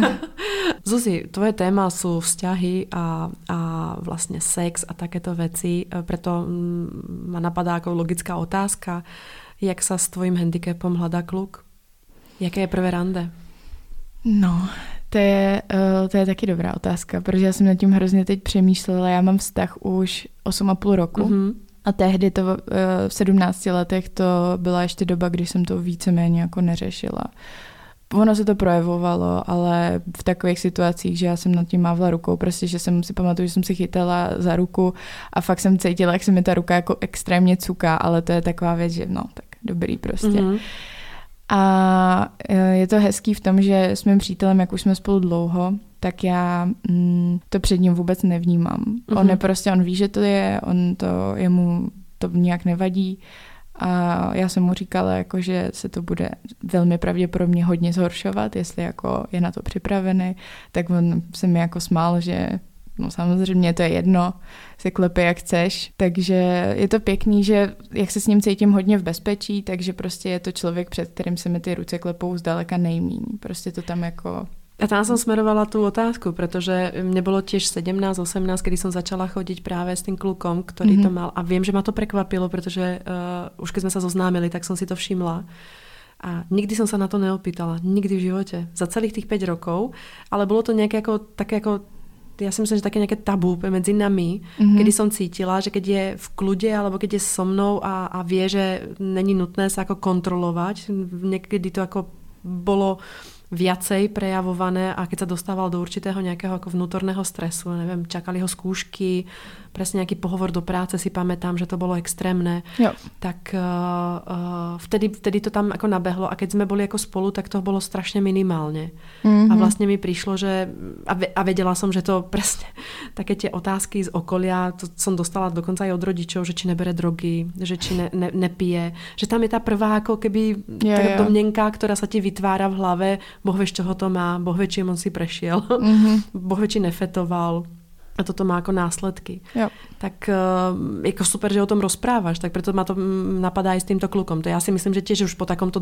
Zuzi, tvoje téma jsou vzťahy a vlastně sex a takéto věci, preto ma napadá jako logická otázka, jak sa s tvojím handicapom hľadá kluk? Jaké je prvé rande? No, to je taky dobrá otázka, protože já jsem nad tím hrozně teď přemýšlela. Já mám vztah už 8,5 roku a tehdy to v 17 letech to byla ještě doba, kdy jsem to víceméně jako neřešila. Ono se to projevovalo, ale v takových situacích, že já jsem nad tím mávla rukou, prostě, že jsem si pamatuju, že jsem si chytala za ruku a fakt jsem cítila, jak se mi ta ruka jako extrémně cuká, ale to je taková věc, že no, tak dobrý prostě. A je to hezký v tom, že s mým přítelem, jak už jsme spolu dlouho, tak já to před ním vůbec nevnímám. On ví, že to je, jemu to nějak nevadí a já jsem mu říkala, jako, že se to bude velmi pravděpodobně hodně zhoršovat, jestli jako je na to připravený, tak on se mi jako smál, že no samozřejmě to je jedno, se klepe jak chceš, takže je to pěkný, že jak se s ním cítím hodně v bezpečí, takže prostě je to člověk, před kterým se mi ty ruce klepou zdaleka nejmíň. Prostě to tam jako... A tam som smerovala tú otázku, pretože mne bolo tiež 17-18, kedy som začala chodiť práve s tým klukom, ktorý to mal. A viem, že ma to prekvapilo, pretože už keď sme sa zoznámili, tak som si to všimla. A nikdy som sa na to neopýtala. Nikdy v živote. Za celých tých 5 rokov. Ale bolo to nejaké ako, také ako, ja si myslím, že také nejaké tabu medzi nami, kedy som cítila, že keď je v kľude alebo keď je so mnou a vie, že není nutné sa ako kontrolovať. Niekedy to ako bolo viacej prejavované a keď sa dostával do určitého nejakého ako vnútorného stresu, neviem, čakali ho skúšky, presne nejaký pohovor do práce si pamätám, že to bolo extrémne, tak vtedy to tam ako nabehlo a keď sme boli ako spolu, tak to bolo strašne minimálne. A vlastne mi prišlo, že a vedela som, že to presne také tie otázky z okolia, to som dostala dokonca aj od rodičov, že či nebere drogy, že či nepije, že tam je tá prvá ako keby tá domnenka, ktorá sa ti vytvára v hlave. Boh vie, z čoho to má, Boh vie, čím on si prešiel, Boh vie, či nefetoval a toto má ako následky. Jo. Tak jako super, že o tom rozprávaš, tak preto ma to napadá aj s týmto klukom. To ja si myslím, že tiež už po takomto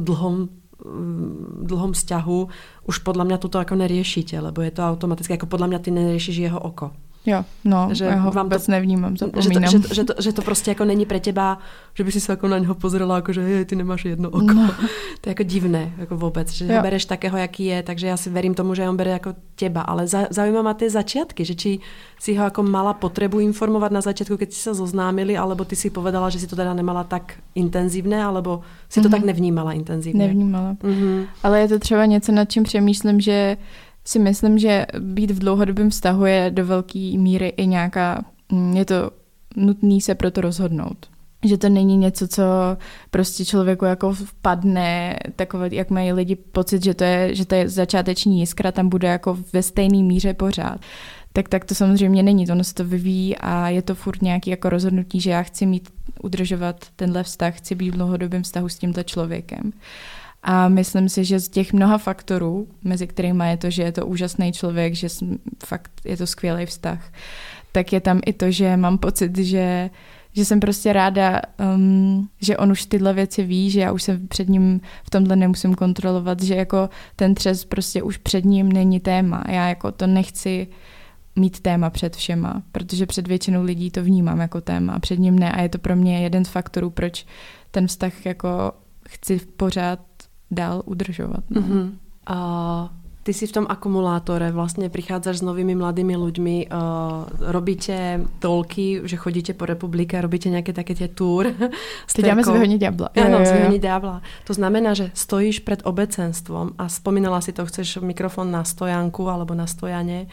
dlhom vzťahu už podľa mňa toto ako neriešite, lebo je to automaticky, ako podľa mňa ty neriešiš jeho oko. Jo, no, že já ho vůbec nevnímám, zapomínám. Že to prostě jako není pre teba, že by si se jako na něho pozrela, jako že ty nemáš jedno oko. No. To je jako divné, jako vůbec, že ho bereš takého, jaký je, takže já si verím tomu, že on bere jako teba, ale zaujíma ma ty začiatky, že či si ho jako mala potrebu informovat na začiatku, keď si se zoznámili, alebo ty si povedala, že si to teda nemala tak intenzívne, alebo si to tak nevnímala intenzívně. Nevnímala, ale je to třeba něco, nad čím přemýšlím, že si myslím, že být v dlouhodobém vztahu je do velké míry i nějaká, je to nutný se proto rozhodnout. Že to není něco, co prostě člověku jako vpadne, takové, jak mají lidi pocit, že to je začáteční jiskra, tam bude jako ve stejné míře pořád. Tak to samozřejmě není, ono se to vyvíjí a je to furt nějaký jako rozhodnutí, že já chci udržovat tenhle vztah, chci být v dlouhodobém vztahu s tímto člověkem. A myslím si, že z těch mnoha faktorů, mezi kterými je to, že je to úžasný člověk, že fakt je to skvělý vztah, tak je tam i to, že mám pocit, že že jsem prostě ráda, že on už tyhle věci ví, že já už se před ním v tomhle nemusím kontrolovat, že jako ten třes prostě už před ním není téma. Já jako to nechci mít téma před všema, protože před většinou lidí to vnímám jako téma a před ním ne a je to pro mě jeden z faktorů, proč ten vztah jako chci pořád dál udržovat. No. Uh-huh. Ty si v tom akumulátore, vlastne prichádzaš s novými mladými ľuďmi, robíte toľky, že chodíte po republike a robíte nejaké také tie túr. To děláme z Vyhodně ďábla. Áno, z Vyhodně ďábla. To znamená, že stojíš pred obecenstvom a spomínala si to, chceš mikrofón na stojanku alebo na stojane.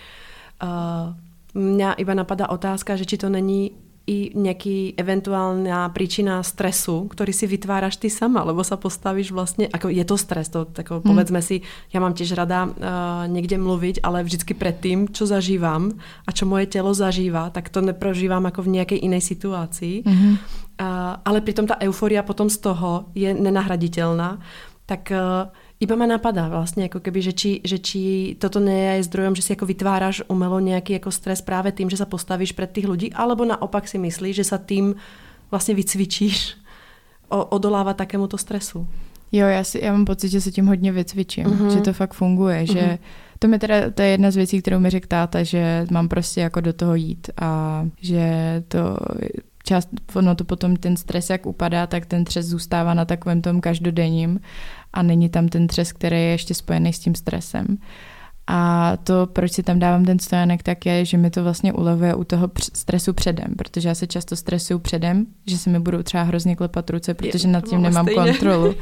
Mňa iba napadá otázka, že či to není i nejaký eventuálna príčina stresu, ktorý si vytváraš ty sama, lebo sa postavíš vlastne, ako je to stres, to tako, povedzme si, ja mám tiež rada niekde mluviť, ale vždycky pred tým, čo zažívam a čo moje telo zažíva, tak to neprožívam ako v nejakej inej situácii. Ale pritom tá eufória potom z toho je nenahraditeľná. Tak iba ma napadá vlastne, ako keby, že či toto nie je zdrojom, že si ako vytváraš umelo nejaký ako stres práve tým, že sa postavíš pred tých ľudí, alebo naopak si myslíš, že sa tým vlastne vycvičíš odolávať takémuto stresu. Jo, já mám pocit, že se tím hodně vycvičím, že to fakt funguje, že to je jedna z věcí, kterou mi řekl táta, že mám prostě jako do toho jít a že to ono to potom ten stres, jak upadá, tak ten třes zůstává na takovém tom každodenním a není tam ten třes, který je ještě spojený s tím stresem. A to, proč si tam dávám ten stojanek, tak je, že mi to vlastně ulevuje u toho stresu předem, protože já se často stresuju předem, že se mi budou třeba hrozně klepat ruce, protože nad tím nemám kontrolu.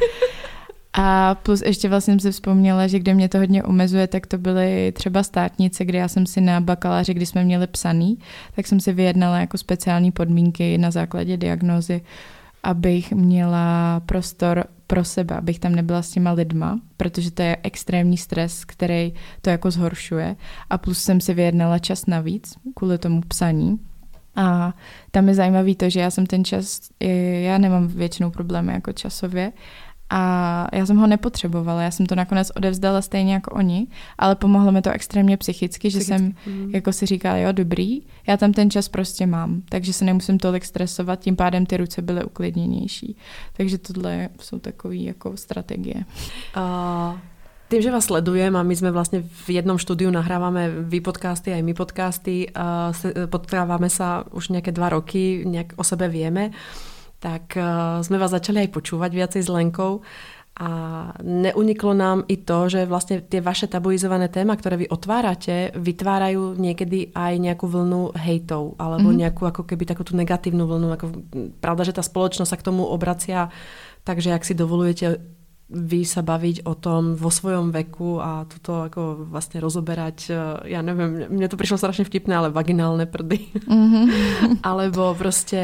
A plus ještě vlastně jsem si vzpomněla, že kde mě to hodně omezuje, tak to byly třeba státnice, kde já jsem si na bakaláři, kdy jsme měli psaný, tak jsem si vyjednala jako speciální podmínky na základě diagnózy, abych měla prostor pro sebe, abych tam nebyla s těma lidma, protože to je extrémní stres, který to jako zhoršuje. A plus jsem si vyjednala čas navíc kvůli tomu psaní. A tam je zajímavý to, že já jsem ten čas, já nemám většinou problémy jako časově, a já jsem ho nepotřebovala, já jsem to nakonec odevzdala stejně jako oni, ale pomohlo mi to extrémně psychicky, že jsem jako si říkala, jo, dobrý, já tam ten čas prostě mám, takže se nemusím tolik stresovat, tím pádem ty ruce byly uklidněnější. Takže tohle jsou takové jako strategie. Tým, že vás sledujem a my sme vlastne v jednom štúdiu nahrávame vy podcasty aj my podcasty, potkávame sa už nejaké 2 roky, nejak o sebe vieme, tak sme vás začali aj počúvať viacej s Lenkou a neuniklo nám i to, že vlastne tie vaše tabuizované téma, ktoré vy otvárate, vytvárajú niekedy aj nejakú vlnu hejtov alebo nejakú ako keby takú tú negatívnu vlnu. Pravda, že tá spoločnosť sa k tomu obracia, takže ak si dovolujete vy sa baviť o tom vo svojom veku a tuto ako vlastne rozoberať, ja neviem, mne to prišlo strašne vtipné, ale vaginálne prdy. Alebo proste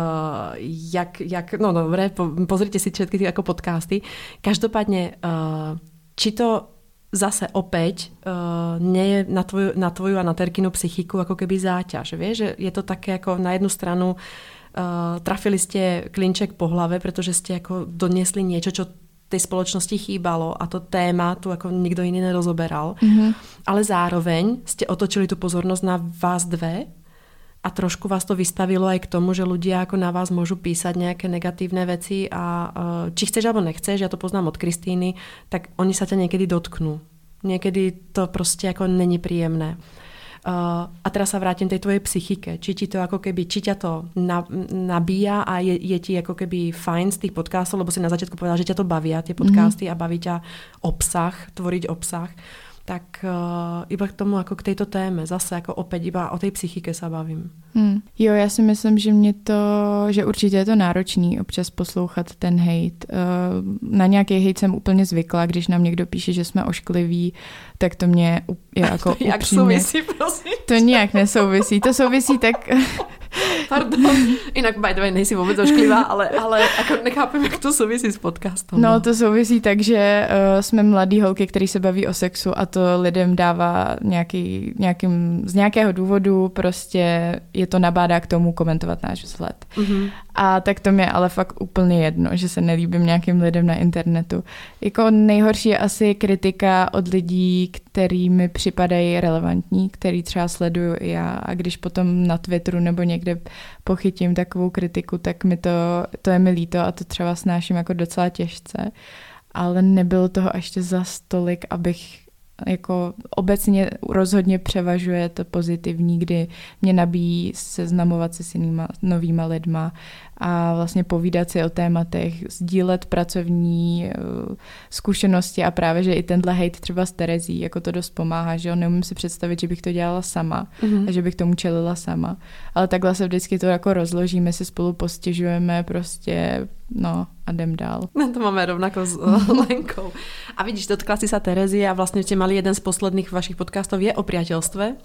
no dobre, pozrite si všetky tie ako podcasty. Každopádne, či to zase opäť nie je na tvoju a na Terkinu psychiku ako keby záťaž, vieš? Že je to také ako na jednu stranu trafili ste klinček po hlave, pretože ste ako doniesli niečo, čo tej spoločnosti chýbalo a to téma tu ako nikto iný nerozoberal. Ale zároveň ste otočili tú pozornosť na vás dve a trošku vás to vystavilo aj k tomu, že ľudia ako na vás môžu písať nejaké negatívne veci a či chceš alebo nechceš, ja to poznám od Kristýny, tak oni sa ťa niekedy dotknú. Niekedy to proste ako není príjemné. A teraz sa vrátim tej tvojej psychike. Či ťa to nabíja a je ti ako keby fajn z tých podcastov, lebo si na začiatku povedala, že ťa to bavia tie podcasty a baví ťa obsah, tvoriť obsah. Tak iba k tomu, ako k tejto téme, zase jako opäť iba o tej psychike sa bavím. Jo, já si myslím, že určitě je to náročný občas poslouchat ten hejt. Na nějaký hejt jsem úplně zvykla, když nám někdo píše, že jsme oškliví, tak to mě je jako to jak souvisí, prosím? To nějak nesouvisí. To souvisí tak... Pardon. Inak by the way, nejsi vůbec ošklivá, ale jako nechápem, jak to souvisí s podcastem. No, to souvisí tak, že jsme mladý holky, který se baví o sexu a to lidem dává z nějakého důvodu prostě je to nabádá k tomu komentovat náš vzhled. A tak to mi je ale fakt úplně jedno, že se nelíbím nějakým lidem na internetu. Jako nejhorší je asi kritika od lidí, který mi připadají relevantní, který třeba sleduju i já, a když potom na Twitteru nebo někde pochytím takovou kritiku, tak mi to je mi líto a to třeba snáším jako docela těžce. Ale nebylo toho ještě za tolik, abych jako obecně rozhodně převažuje to pozitivní, kdy mě nabíjí seznamovat se s jinýma novýma lidma a vlastně povídat si o tématech, sdílet pracovní zkušenosti a právě, že i tenhle hejt třeba z Terezí, jako to dost pomáhá, že jo, neumím si představit, že bych to dělala sama a že bych tomu čelila sama, ale takhle se vždycky to jako rozložíme, si spolu postěžujeme prostě, no a jdem dál. To máme rovnako s Lenkou. A vidíš, dotkla si sa Terezy a vlastně ste mali jeden z posledných vašich podcastov je o priateľstve.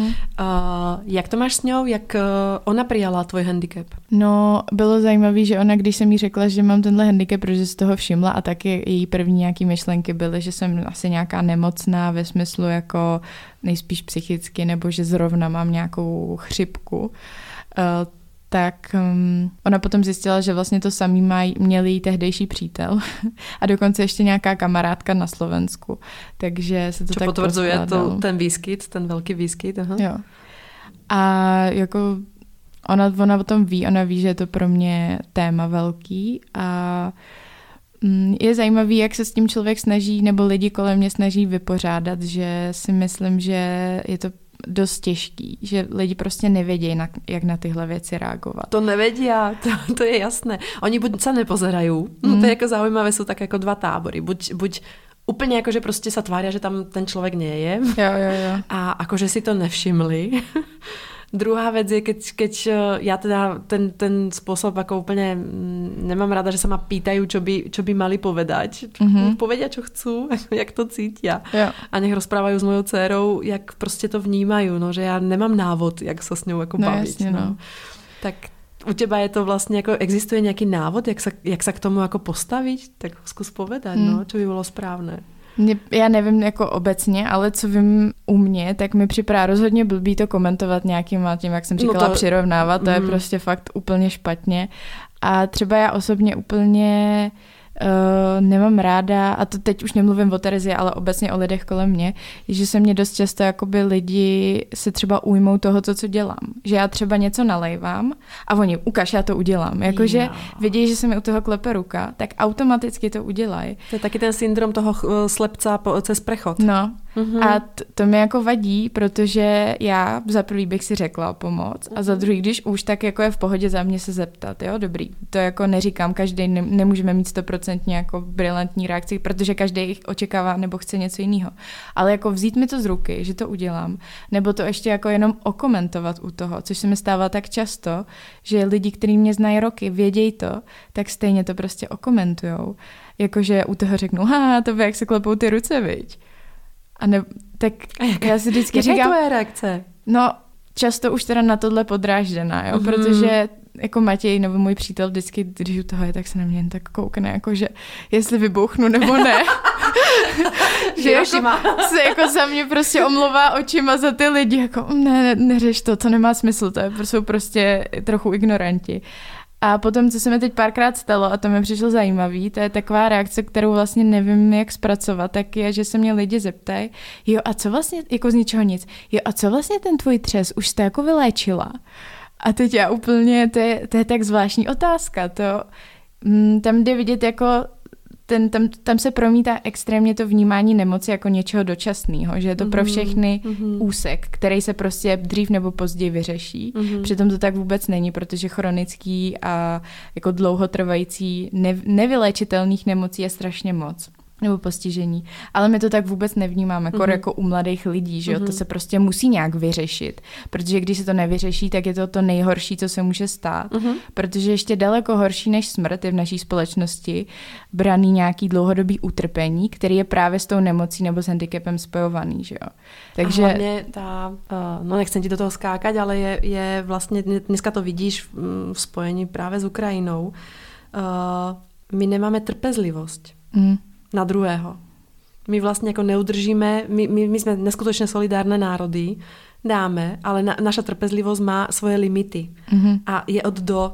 Jak to máš s ňou? Jak ona prijala tvoj handicap? No, bylo zajímavé, že ona, když jsem jí řekla, že mám tenhle handicap, protože si toho všimla a taky její první nějaký myšlenky byly, že jsem asi nějaká nemocná ve smyslu jako nejspíš psychicky, nebo že zrovna mám nějakou chřipku. Tak ona potom zjistila, že vlastně to samý měl její tehdejší přítel a dokonce ještě nějaká kamarádka na Slovensku. Takže se to čo tak potvrdzuje ten výskyt, ten velký výskyt. Aha. Jo. A jako ona o tom ví, ona ví, že je to pro mě téma velký a je zajímavý, jak se s tím člověk snaží, nebo lidi kolem mě snaží vypořádat, že si myslím, že je to dost těžký, že lidi prostě nevědí, jak na tyhle věci reagovat. To nevědí, to je jasné. Oni buď sa nepozerají, to je jako zaujímavé, jsou tak jako dva tábory. Buď úplně jako, že prostě sa tvária, že tam ten člověk nie je. Jo. A akože si to nevšimli. Druhá vec je, keď ja teda ten spôsob ako úplne nemám rada, že sa ma pýtajú, čo by mali povedať. Povedia, čo chcú, jak to cítia. Jo. A nech rozprávajú s mojou dcerou, jak prostě to vnímajú, no, že ja nemám návod, jak sa s ňou ako baviť. Jasně, no. Tak u teba je to vlastně jako, existuje nějaký návod, jak sa k tomu jako postaviť? Tak zkus povedať, no, čo by bylo správné. Já nevím jako obecně, ale co vím u mě, tak mi připadá rozhodně blbý to komentovat tím, jak jsem říkala, přirovnávat, to je prostě fakt úplně špatně. A třeba já osobně úplně nemám ráda, a to teď už nemluvím o Terezi, ale obecně o lidech kolem mě, že se mě dost často jakoby lidi se třeba ujmou toho, co dělám. Že já třeba něco nalejvám a oni, ukaž, já to udělám. Jakože vidí, že se mi u toho klepe ruka, tak automaticky to udělají. To je taky ten syndrom toho slepca cez prechod. No. A to mi jako vadí, protože já za prvý bych si řekla pomoc a za druhý, když už, tak jako je v pohodě za mě se zeptat, jo, dobrý. To jako neříkám, každý nemůžeme mít 100% jako brilantní reakci, protože každý očekává nebo chce něco jiného. Ale jako vzít mi to z ruky, že to udělám, nebo to ještě jako jenom okomentovat u toho, což se mi stává tak často, že lidi, kteří mě znají roky, vědějí to, tak stejně to prostě okomentujou. Jakože u toho řeknu, to by jak se klepou ty ruce, viď? A ne, tak já si vždycky říkám... Jaká je tvoje reakce? No, často už teda na tohle podrážděná, jo, protože jako Matěj nebo můj přítel vždycky, když u toho je, tak se na mě jen tak koukne, jakože jestli vybuchnu nebo ne. Že jako se jako za mě prostě omlouvá očima za ty lidi, jako neřeš to nemá smysl, to jsou prostě trochu ignoranti. A potom, co se mi teď párkrát stalo, a to mi přišlo zajímavý, to je taková reakce, kterou vlastně nevím, jak zpracovat, tak je, že se mě lidi zeptají, jo, a co vlastně, jako z ničeho nic, jo, a co vlastně ten tvůj třes, už jste jako vyléčila? A teď já úplně, to je tak zvláštní otázka, tam jde vidět jako, tam se promítá extrémně to vnímání nemoci jako něčeho dočasného, že je to pro všechny úsek, který se prostě dřív nebo později vyřeší. Přitom to tak vůbec není, protože chronický a jako dlouhotrvající nevyléčitelných nemocí je strašně moc. Nebo postižení. Ale my to tak vůbec nevnímáme, jako u mladých lidí, že jo? To se prostě musí nějak vyřešit. Protože když se to nevyřeší, tak je to nejhorší, co se může stát. Protože ještě daleko horší než smrt je v naší společnosti braný nějaký dlouhodobý utrpení, který je právě s tou nemocí nebo s handicapem spojovaný, že jo? Takže... A hlavně no nechcem ti do toho skákať, ale je vlastně, dneska to vidíš v spojení právě s Ukrajinou, my nemáme trpezlivosť na druhého. My vlastně jako neudržíme, my jsme neskutečně solidárne národy, dáme, ale naša trpezlivosť má svoje limity. A je od do.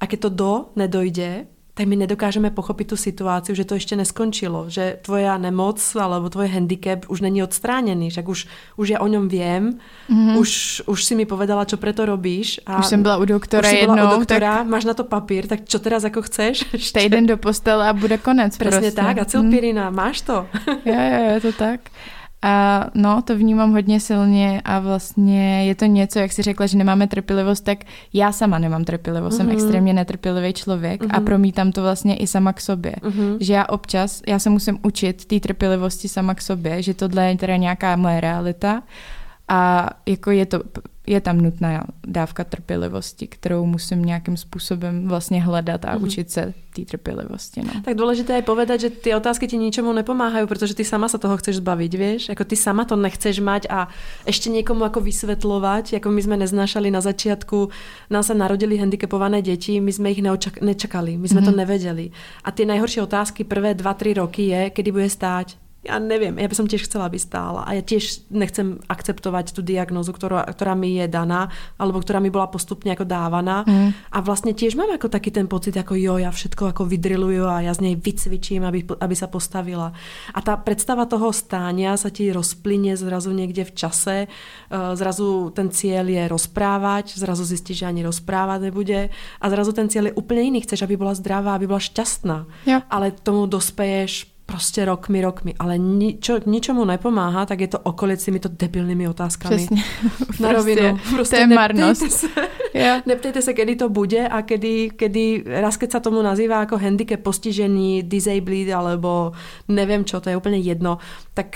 A keď to nedojde, tak my nedokážeme pochopit tu situaci, že to ještě neskončilo, že tvoja nemoc alebo tvoj handicap už není odstráněný, však už ja o ňom viem, už si mi povedala, čo preto robíš. A už jsem byla u doktora jednou. Tak... Máš na to papír, tak čo teraz jako chceš? Týden do postele a bude konec. Presne tak, acylpirina, máš to? Jo, je to tak. A no, to vnímám hodně silně a vlastně je to něco, jak jsi řekla, že nemáme trpělivost, tak já sama nemám trpělivost, jsem extrémně netrpělivý člověk a promítám to vlastně i sama k sobě. Že já se musím učit té trpělivosti sama k sobě, že tohle je teda nějaká moje realita a jako je tam nutná dávka trpělivosti, kterou musím nějakým způsobem vlastně hledat a učit se té trpělivosti. No. Tak dôležité je povedať, že ty otázky ti ničemu nepomáhajú, protože ty sama sa toho chceš zbaviť, vieš? Ako ty sama to nechceš mať a ešte niekomu ako vysvetľovať, ako my sme neznášali na začiatku, nám sa narodili handicapované deti, my sme ich nečakali, my sme to nevedeli. A tie najhoršie otázky prvé 2-3 roky je, kedy bude stáť. Ja neviem, ja by som tiež chcela, aby stála a ja tiež nechcem akceptovať tú diagnózu, ktorá mi je daná alebo ktorá mi bola postupne ako dávaná a vlastne tiež mám ako taký ten pocit, ako ja všetko ako vydrilujú a ja z nej vycvičím, aby sa postavila. A tá predstava toho stánia sa ti rozplynie zrazu niekde v čase, zrazu ten cieľ je rozprávať, zrazu zistíš, že ani rozprávať nebude a zrazu ten cieľ je úplne iný, chceš, aby bola zdravá, aby bola šťastná, ale k tomu dospeješ prostě rokmi, ale ničemu nepomáhá, tak je to okolie s těmito debilnými otázkami. Přesně. Na rovinu. Prostě to je marnost. Neptejte se, kedy to bude a kedy raz, keď sa tomu nazývá jako handicap, postižený, disabled, alebo nevím čo, to je úplně jedno, tak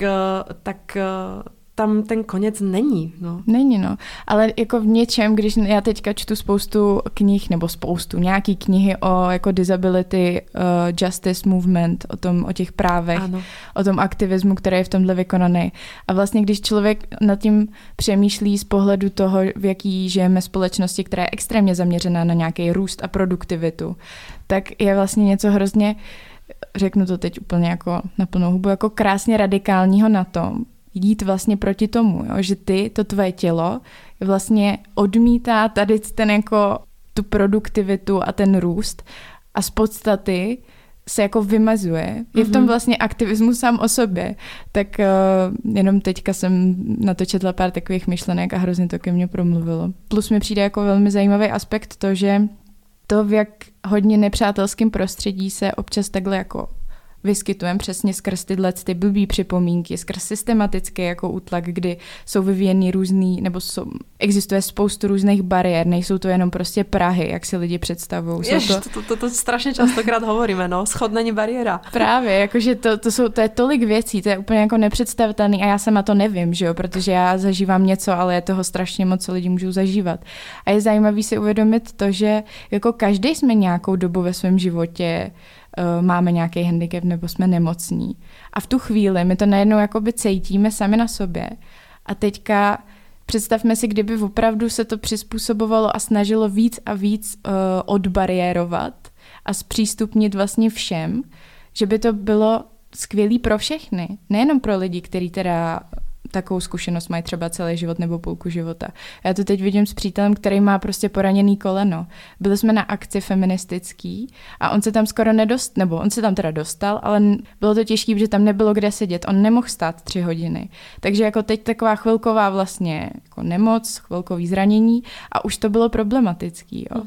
tam ten konec není. No. Není, no. Ale jako v něčem, když já teďka čtu spoustu knih, nebo nějaký knihy o jako disability justice movement, o těch právech, ano. O tom aktivismu, který je v tomhle vykonaný. A vlastně, když člověk nad tím přemýšlí z pohledu toho, v jaký žijeme společnosti, která je extrémně zaměřená na nějaký růst a produktivitu, tak je vlastně něco hrozně, řeknu to teď úplně jako na plnou hubu, jako krásně radikálního na tom, jít vlastně proti tomu, jo? Že to tvoje tělo vlastně odmítá tady ten jako tu produktivitu a ten růst a z podstaty se jako vymazuje. Je v tom vlastně aktivismus sám o sobě. Tak jenom teďka jsem na to četla pár takových myšlenek a hrozně to ke mně promluvilo. Plus mi přijde jako velmi zajímavý aspekt to, že to, v jak hodně nepřátelským prostředí se občas takhle jako vyskytujeme přesně skrz ty blbý připomínky, skrz systematický jako útlak, kdy jsou vyvíjený různý, nebo existuje spoustu různých bariér, nejsou to jenom prostě Prahy, jak si lidi představují. To strašně častokrát hovoríme, no, schod není bariéra. Právě, jakože to je tolik věcí, to je úplně jako nepředstavitelný a já sama to nevím, že jo, protože já zažívám něco, ale je toho strašně moc, co lidi můžou zažívat. A je zajímavý si uvědomit to, že jako každý jsme nějakou dobu ve svém životě máme nějaký handicap nebo jsme nemocní. A v tu chvíli my to najednou jakoby cítíme sami na sobě. A teďka představme si, kdyby opravdu se to přizpůsobovalo a snažilo víc a víc odbariérovat a zpřístupnit vlastně všem, že by to bylo skvělý pro všechny. Nejenom pro lidi, kteří teda takovou zkušenost mají třeba celý život nebo půlku života. Já to teď vidím s přítelem, který má prostě poraněný koleno. Byli jsme na akci feministický a on se tam skoro nedostal, nebo on se tam teda dostal, ale bylo to těžké, protože tam nebylo kde sedět. On nemohl stát 3 hodiny. Takže jako teď taková chvilková vlastně jako nemoc, chvilkový zranění a už to bylo problematický. Jo.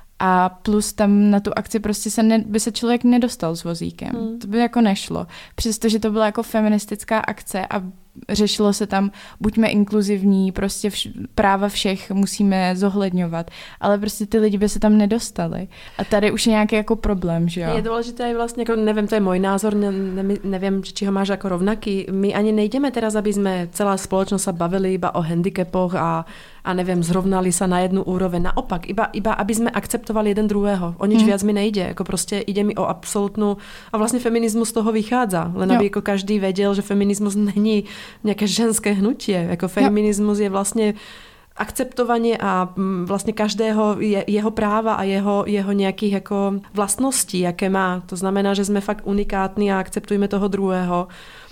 A plus tam na tu akci prostě by se člověk nedostal s vozíkem. To by jako nešlo. Přestože to byla jako feministická akce a řešilo se tam, buďme inkluzivní, prostě práva všech musíme zohledňovat, ale prostě ty lidi by se tam nedostali. A tady už je nějaký jako problém, že jo? Je důležité aj vlastně, jako, nevím, to je můj názor, nevím, či ho máš jako rovnaký. My ani nejdeme teraz, aby jsme celá společnost sa bavili iba o handicapoch a nevím, zrovnali sa na jednu úroveň. Naopak, iba aby jsme akceptovali jeden druhého. O nič viac mi nejde. Jako prostě ide mi o absolútnu, a vlastně feminismus z toho vychádza. Len aby jako každý věděl, že feminismus není nějaké ženské hnutie. Jako feminismus je vlastně akceptovanie a vlastně každého jeho práva a jeho nějakých jako vlastností, jaké má. To znamená, že jsme fakt unikátní a akceptujeme toho druhého.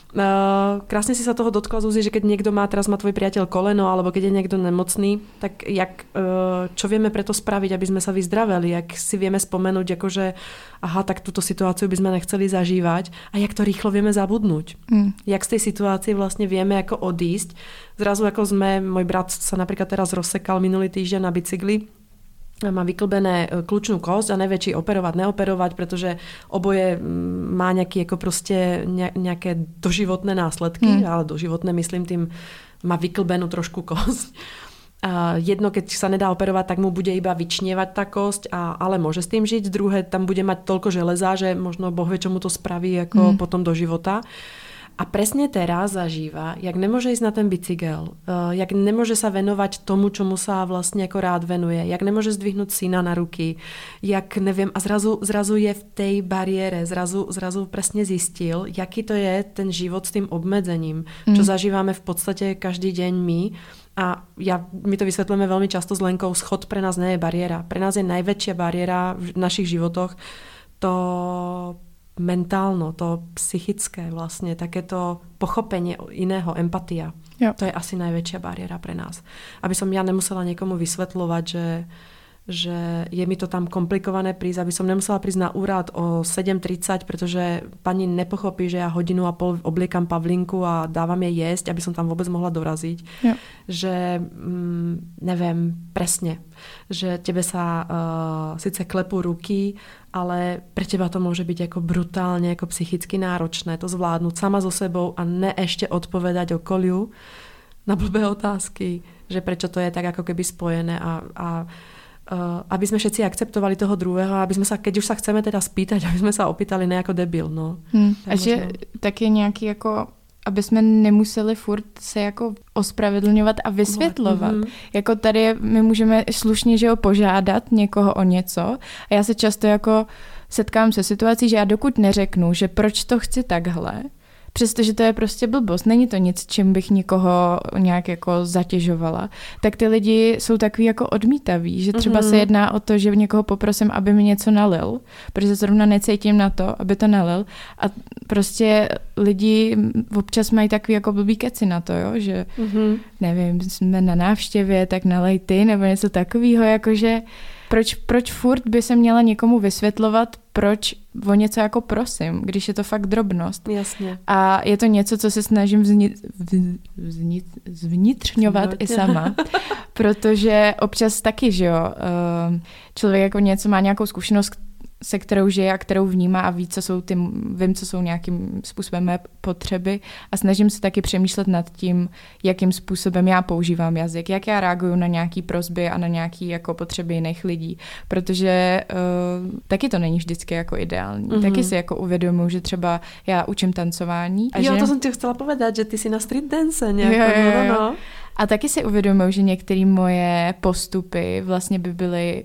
Krásne si sa toho dotkla, Zuzi, že keď niekto má, teraz má tvoj priateľ koleno, alebo keď je niekto nemocný, tak čo vieme preto spraviť, aby sme sa vyzdraveli? Jak si vieme spomenúť, akože aha, tak túto situáciu by sme nechceli zažívať a jak to rýchlo vieme zabudnúť? Jak z tej situácie vlastne vieme ako odísť? Zrazu ako môj brat sa napríklad teraz rozsekal minulý týždeň na bicykli, má vyklbené kľúčnú kosť a nevětší operovat, neoperovat, protože oboje má nejaké ako proste nejaké doživotné následky, ale doživotné myslím tým, má vyklbenú trošku kosť. Jedno, keď sa nedá operovať, tak mu bude iba vyčnievať tá kosť, ale môže s tým žiť. Druhé, tam bude mať toľko železa, že možno Boh vie, čo mu to spraví ako potom do života. A presne teraz zažíva, jak nemôže ísť na ten bicykel, jak nemôže sa venovať tomu, čomu sa vlastne ako rád venuje, jak nemôže zdvihnúť syna na ruky, jak neviem, a zrazu je v tej bariére, zrazu presne zistil, jaký to je ten život s tým obmedzením, čo zažívame v podstate každý deň my. A my to vysvetlíme veľmi často s Lenkou, schod pre nás nie je bariéra. Pre nás je najväčšia bariéra v našich životoch to mentálno, to psychické vlastne, takéto pochopenie iného, empatia. Jo. To je asi najväčšia bariéra pre nás. Aby som ja nemusela niekomu vysvetľovať, že je mi to tam komplikované prísť, aby som nemusela prísť na úrad o 7:30, pretože pani nepochopí, že ja 1,5 hodiny obliekam Pavlinku a dávam jej jesť, aby som tam vôbec mohla doraziť. Jo. Že neviem presne, že tebe sa síce klepú ruky, ale pre teba to môže byť ako brutálne, ako psychicky náročné to zvládnuť sama so sebou a ne ešte odpovedať okoliu na blbé otázky, že prečo to je tak ako keby spojené a aby sme všetci akceptovali toho druhého, aby sme sa, keď už sa chceme teda spýtať, aby sme sa opýtali ne jako debil. No. A že tak je nějaký jako, aby jsme nemuseli furt se jako ospravedlňovat a vysvětlovat. Jako tady my můžeme slušně, že ho požádat někoho o něco a já se často jako setkám se situací, že já dokud neřeknu, že proč to chci takhle, přestože to je prostě blbost, není to nic, čím bych nikoho nějak jako zatěžovala, tak ty lidi jsou takový jako odmítaví, že třeba se jedná o to, že někoho poprosím, aby mi něco nalil, protože zrovna necítím na to, aby to nalil a prostě lidi občas mají takový jako blbý keci na to, jo, že nevím, jsme na návštěvě, tak nalej ty, nebo něco takového, jakože proč furt by se měla někomu vysvětlovat, proč o něco jako prosím, když je to fakt drobnost. Jasně. A je to něco, co se snažím zvnitřňovat i sama, protože občas taky, že jo, člověk jako něco má nějakou zkušenost, se kterou žije a kterou vnímá a vím, co jsou nějakým způsobem mé potřeby a snažím se taky přemýšlet nad tím, jakým způsobem já používám jazyk, jak já reaguju na nějaký prosby a na nějaký jako potřeby jiných lidí, protože taky to není vždycky jako ideální. Taky si jako uvědomuji, že třeba já učím tancování. A jo, že... to jsem ti chtěla povedat, že ty jsi na street dance nějak. Jo. A taky si uvědomuji, že některé moje postupy vlastně by byly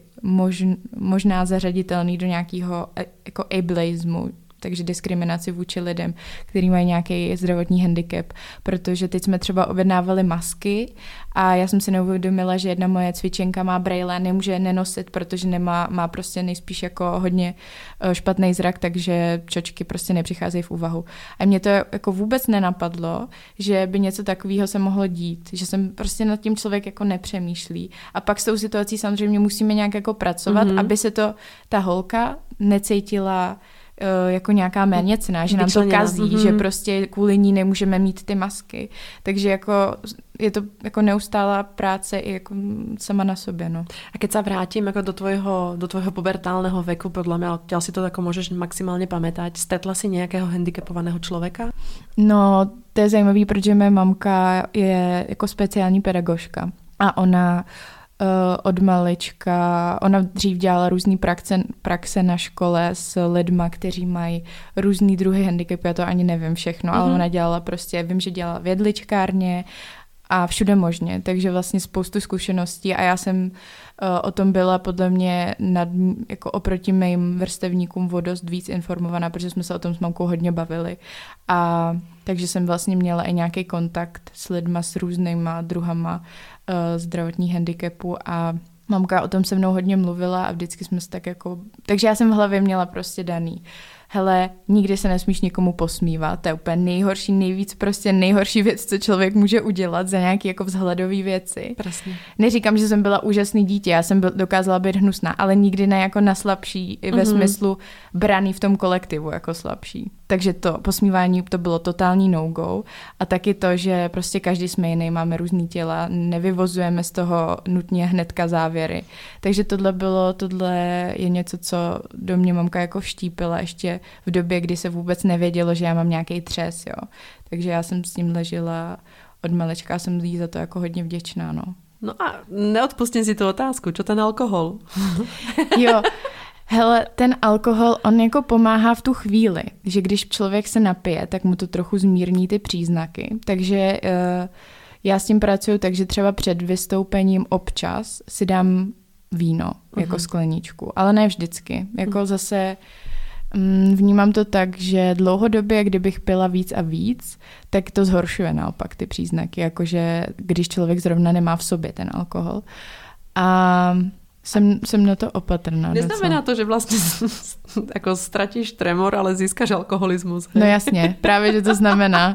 možná zařaditelný do nějakého jako ableismu, takže diskriminaci vůči lidem, kteří mají nějaký zdravotní handicap, protože teď jsme třeba objednávali masky a já jsem si neuvědomila, že jedna moje cvičenka má brejle, nemůže je nenosit, protože má prostě nejspíš jako hodně špatný zrak, takže čočky prostě nepřicházejí v úvahu. A mě to jako vůbec nenapadlo, že by něco takového se mohlo dít, že jsem prostě nad tím člověk jako nepřemýšlí. A pak s tou situací samozřejmě musíme nějak jako pracovat, aby se to ta holka necítila jako nějaká méněcenná, že nám to kazí, že prostě kvůli ní nemůžeme mít ty masky. Takže jako je to jako neustálá práce i jako sama na sobě. No. A keď sa vrátim jako do tvojho pubertálneho veku, podľa mňa, odtiaľ si to ako môžeš maximálně pamätať, stretla si nějakého handicapovaného člověka? No, to je zajímavý, protože moje mamka je jako speciální pedagožka a ona od malička, ona dřív dělala různý praxe na škole s lidma, kteří mají různý druhy handicapů, já to ani nevím všechno, ale ona dělala prostě, vím, že dělala v jedličkárně a všude možně, takže vlastně spoustu zkušeností a já jsem o tom byla podle mě jako oproti mým vrstevníkům o dost víc informovaná, protože jsme se o tom s mamkou hodně bavili a takže jsem vlastně měla i nějaký kontakt s lidma s různýma druhama zdravotních handicapů a mamka o tom se mnou hodně mluvila a vždycky jsme se tak jako... Takže já jsem v hlavě měla prostě daný. hele, nikdy se nesmíš nikomu posmívat, to je úplně nejhorší věc, co člověk může udělat za nějaký jako vzhledový věci. Presne. Neříkám, že jsem byla úžasný dítě, já jsem dokázala být hnusná, ale nikdy ne jako na slabší, ve smyslu braný v tom kolektivu jako slabší. Takže to posmívání, to bylo totální no-go a taky to, že prostě každý jsme jiný, máme různý těla, nevyvozujeme z toho nutně hnedka závěry. Takže tohle je něco, co do mě mamka jako vštípila ještě v době, kdy se vůbec nevědělo, že já mám nějaký třes, jo. Takže já jsem s ním ležela od malečka, jsem jí za to jako hodně vděčná, no. No a neodpustím si tu otázku, čo ten alkohol? Jo, hele, ten alkohol, on jako pomáhá v tu chvíli, že když člověk se napije, tak mu to trochu zmírní ty příznaky, takže já s tím pracuju, takže třeba před vystoupením občas si dám víno, jako skleničku, ale ne vždycky, jako zase vnímám to tak, že dlouhodobě, kdybych pila víc a víc, tak to zhoršuje naopak ty příznaky, jakože když člověk zrovna nemá v sobě ten alkohol. A jsem na to opatrná. Neznamená to, že vlastně jako ztratíš tremor, ale získáš alkoholismus. Hej? No jasně, právě, že to znamená.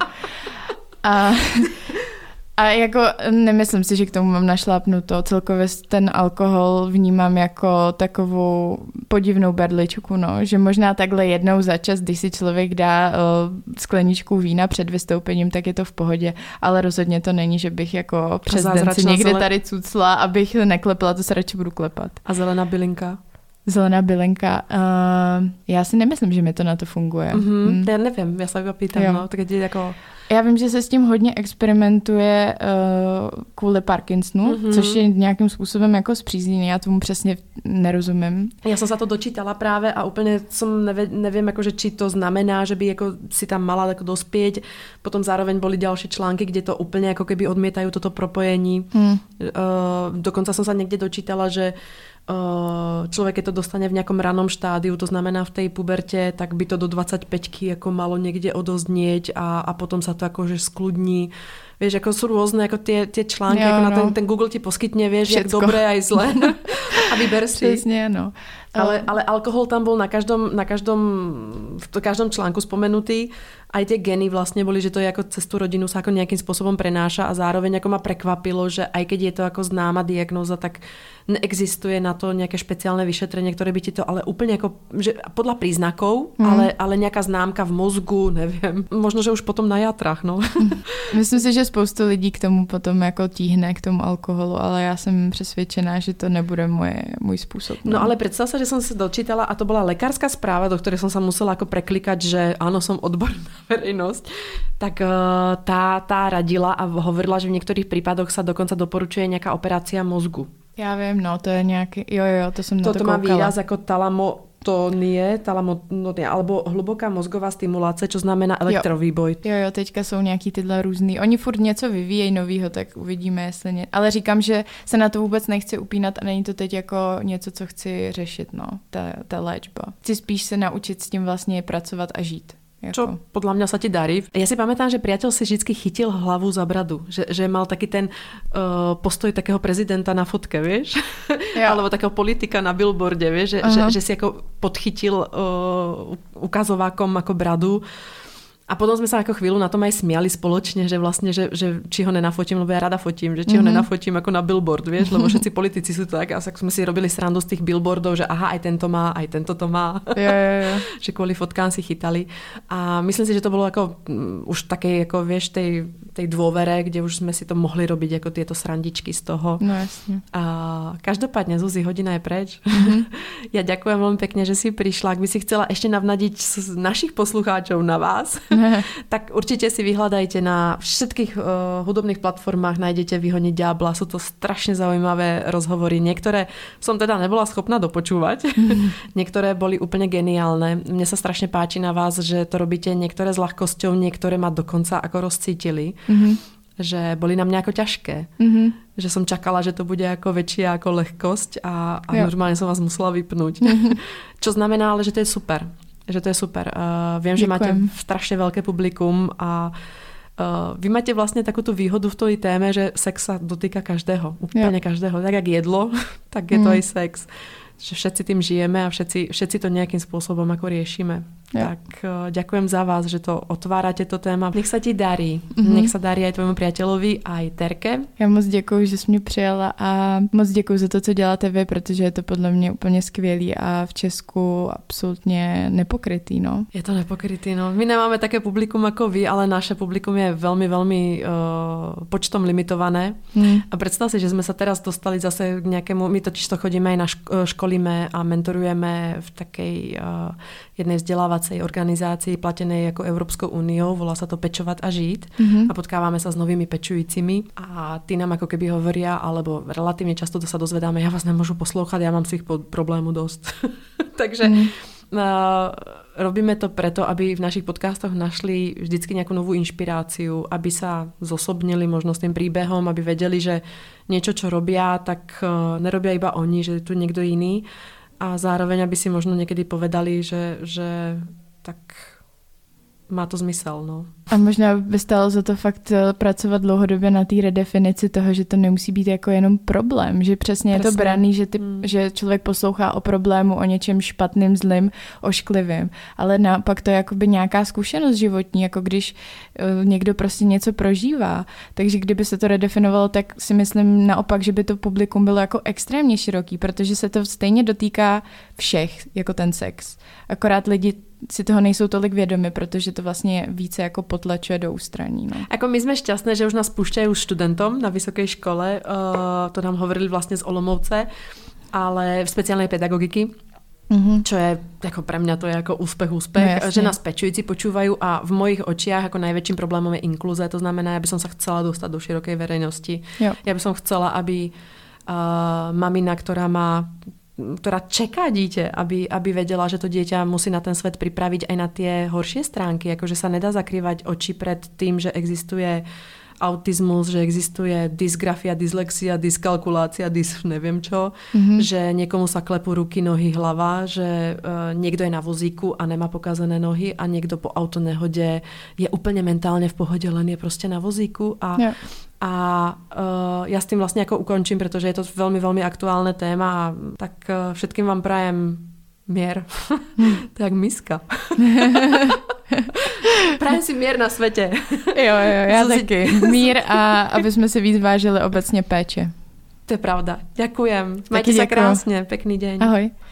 A jako nemyslím si, že k tomu mám našlápnuto. Celkově ten alkohol vnímám jako takovou podivnou berličku, no. Že možná takhle jednou za čas, když si člověk dá skleničku vína před vystoupením, tak je to v pohodě, ale rozhodně to není, že bych jako přes den si někde tady cucla, abych neklepla, to se radši budu klepat. A zelená bylinka? Zelená bylinka. Já si nemyslím, že mi to na to funguje. Já nevím, já se iba pýtam, no. Tak jako... Já vím, že se s tím hodně experimentuje kvůli Parkinsonu, což je nějakým způsobem jako zpřízněný, já tomu přesně nerozumím. Já jsem se to dočítala právě a úplně som nevím, jakože, či to znamená, že by jako si tam mala jako dospět. Potom zároveň boli ďalšie články, kde to úplně jako keby odmietajú toto propojení. Dokonca som sa niekde dočítala, že člověk, keď to dostane v nějakom ranom štádiu, to znamená v tej puberte, tak by to do 25-ky jako malo někde odoznieť a potom sa to akože skludní. Vieš, ako sú rôzne ako tie články, jo, ako na ten Google ti poskytne, vieš, jak dobré aj zlé. A vyber si. Přesně, no. Ale alkohol tam bol v každom článku spomenutý. Aj tie geny vlastne boli, že to je ako cez tú rodinu sa ako nejakým spôsobom prenáša a zároveň ako ma prekvapilo, že aj keď je to ako známa diagnóza, tak neexistuje na to nejaké špeciálne vyšetrenie, ktoré by ti to ale úplne ako, že podľa príznakov, ale nejaká známka v mozgu, neviem. Možno, že už potom na jatrách, no. Myslím si, že spoustu lidí k tomu potom jako tíhne k tomu alkoholu, ale já jsem přesvědčená, že to nebude můj způsob. No ale predstav sa, že som sa dočítala a to bola lekárska správa, do ktorej som sa musela ako preklikať, že áno, som odborná verejnosť, tak tá radila a hovorila, že v niektorých prípadoch sa dokonca doporučuje nejaká operácia mozgu. Já vím, no, to je nějaký, jo, to jsem na to koukala. Toto má výraz ako talamotonie, alebo hluboká mozgová stimulace, čo znamená elektrovýboj. Jo, teďka jsou nějaký tyhle různý. Oni furt něco vyvíjejí novýho, tak uvidíme, jestli ale říkám, že se na to vůbec nechci upínat a není to teď jako něco, co chci řešit, no, ta léčba. Chci spíš se naučit s tím vlastně pracovat a žít. Jako. Čo podľa mňa sa ti darí. Ja si pamätám, že priateľ si vždycky chytil hlavu za bradu. Že mal taký ten postoj takého prezidenta na fotke, vieš? Alebo takého politika na billboarde, vieš? Že si ako podchytil ukazovákom ako bradu. A potom sme sa ako chvíľu na tom aj smiali spoločne, že vlastne, že či ho nenafotím, lebo ja rada fotím, že či ho nenafotím ako na billboard, vieš, lebo všetci politici sú tak, a tak sme si robili srandu z tých billboardov, že aha, aj tento má, aj tento to má. Jo. Že kvôli fotkám si chytali. A myslím si, že to bolo ako už také, ako vieš, tej dôvere, kde už sme si to mohli robiť, ako tieto srandičky z toho. No jasne. A každopádne, Zuzi, hodina je preč. Ja ďakujem veľmi pekne, že si prišla. Ak by si chcela ešte navnadiť z našich poslucháčov na vás, tak určite si vyhľadajte na všetkých hudobných platformách, nájdete Vyhoniť diabla. Sú to strašne zaujímavé rozhovory. Niektoré som teda nebola schopná dopočúvať. Niektoré boli úplne geniálne. Mne sa strašne páči na vás, že to robíte niektoré s ľahkosťou, niektoré ma dokonca ako rozcítili. Že boli na mňa ako ťažké. Že som čakala, že to bude ako väčšia ako ľahkosť a normálne som vás musela vypnúť. Čo znamená, ale že to je super. Že to je super. Viem, že máte strašne veľké publikum a vy máte vlastne takú tú výhodu v tej téme, že sex sa dotýka každého. Úplne každého. Tak jak jedlo, tak je to aj sex. Že všetci tým žijeme a všetci to nejakým spôsobom ako riešime. Tak ďakujem za vás, že to otvárate to téma. Nech sa ti darí. Nech sa darí aj tvojmu priateľovi, aj Terke. Já moc děkuji, že jsi mě přijala a moc děkuji za to, co děláte vy, protože je to podle mě úplně skvělý a v Česku absolutně nepokrytý. No. Je to nepokrytý. No. My nemáme také publikum ako vy, ale naše publikum je veľmi, veľmi počtom limitované. A predstav si, že sme sa teraz dostali zase k nejakému, my totiž to chodíme aj na školíme a mentorujeme v takej jednej vzdelávacej organizácii platenej ako Európskou úniou, volá sa to Pečovať a žiť a potkávame sa s novými pečujúcimi a tí nám ako keby hovoria, alebo relatívne často to sa dozvedáme, ja vás nemôžu poslúchať, ja mám svých problémov dosť. Takže robíme to preto, aby v našich podcastoch našli vždycky nejakú novú inšpiráciu, aby sa zosobnili možno s tým príbehom, aby vedeli, že niečo, čo robia, tak nerobia iba oni, že je tu niekto iný. A zároveň, aby si možno někdy povedali, že tak má to zmysel. No. A možná by stálo za to fakt pracovat dlouhodobě na té redefinici toho, že to nemusí být jako jenom problém, že přesně je to braný, že člověk poslouchá o problému, o něčem špatným, zlým, ošklivým, ale naopak to je jakoby nějaká zkušenost životní, jako když někdo prostě něco prožívá. Takže kdyby se to redefinovalo, tak si myslím naopak, že by to publikum bylo jako extrémně široký, protože se to stejně dotýká všech, jako ten sex. Akorát lidi si toho nejsou tolik vědomi, protože to vlastně více jako potlačuje do ústraní. No. Ako my sme šťastné, že už nás púšťajú študentom na vysokej škole, to nám hovorili vlastne z Olomouce, ale v speciálnej pedagogiky, čo je, ako pre mňa to je ako úspech, no, že nás pečujúci počúvajú a v mojich očiach ako najväčším problémom je inklúzia, to znamená, ja by som sa chcela dostať do širokej verejnosti. Jo. Ja by som chcela, aby mamina, ktorá čeká dieťa, aby vedela, že to dieťa musí na ten svet pripraviť aj na tie horšie stránky, akože sa nedá zakrývať oči pred tým, že existuje autizmus, že existuje dysgrafia, dyslexia, dyskalkulácia, neviem čo, že niekomu sa klepú ruky, nohy, hlava, že niekto je na vozíku a nemá pokazané nohy a niekto po autonehode je úplne mentálne v pohode, len je proste na vozíku a ja s tým vlastne ako ukončím, pretože je to veľmi, veľmi aktuálne téma a tak všetkým vám prajem mier. Tak miska. Prajem si mier na svete. Jo, já taky. Mír a aby jsme si víc vážili obecně péče. To je pravda. Ďakujem. Majte sa krásne. Pekný deň. Ahoj.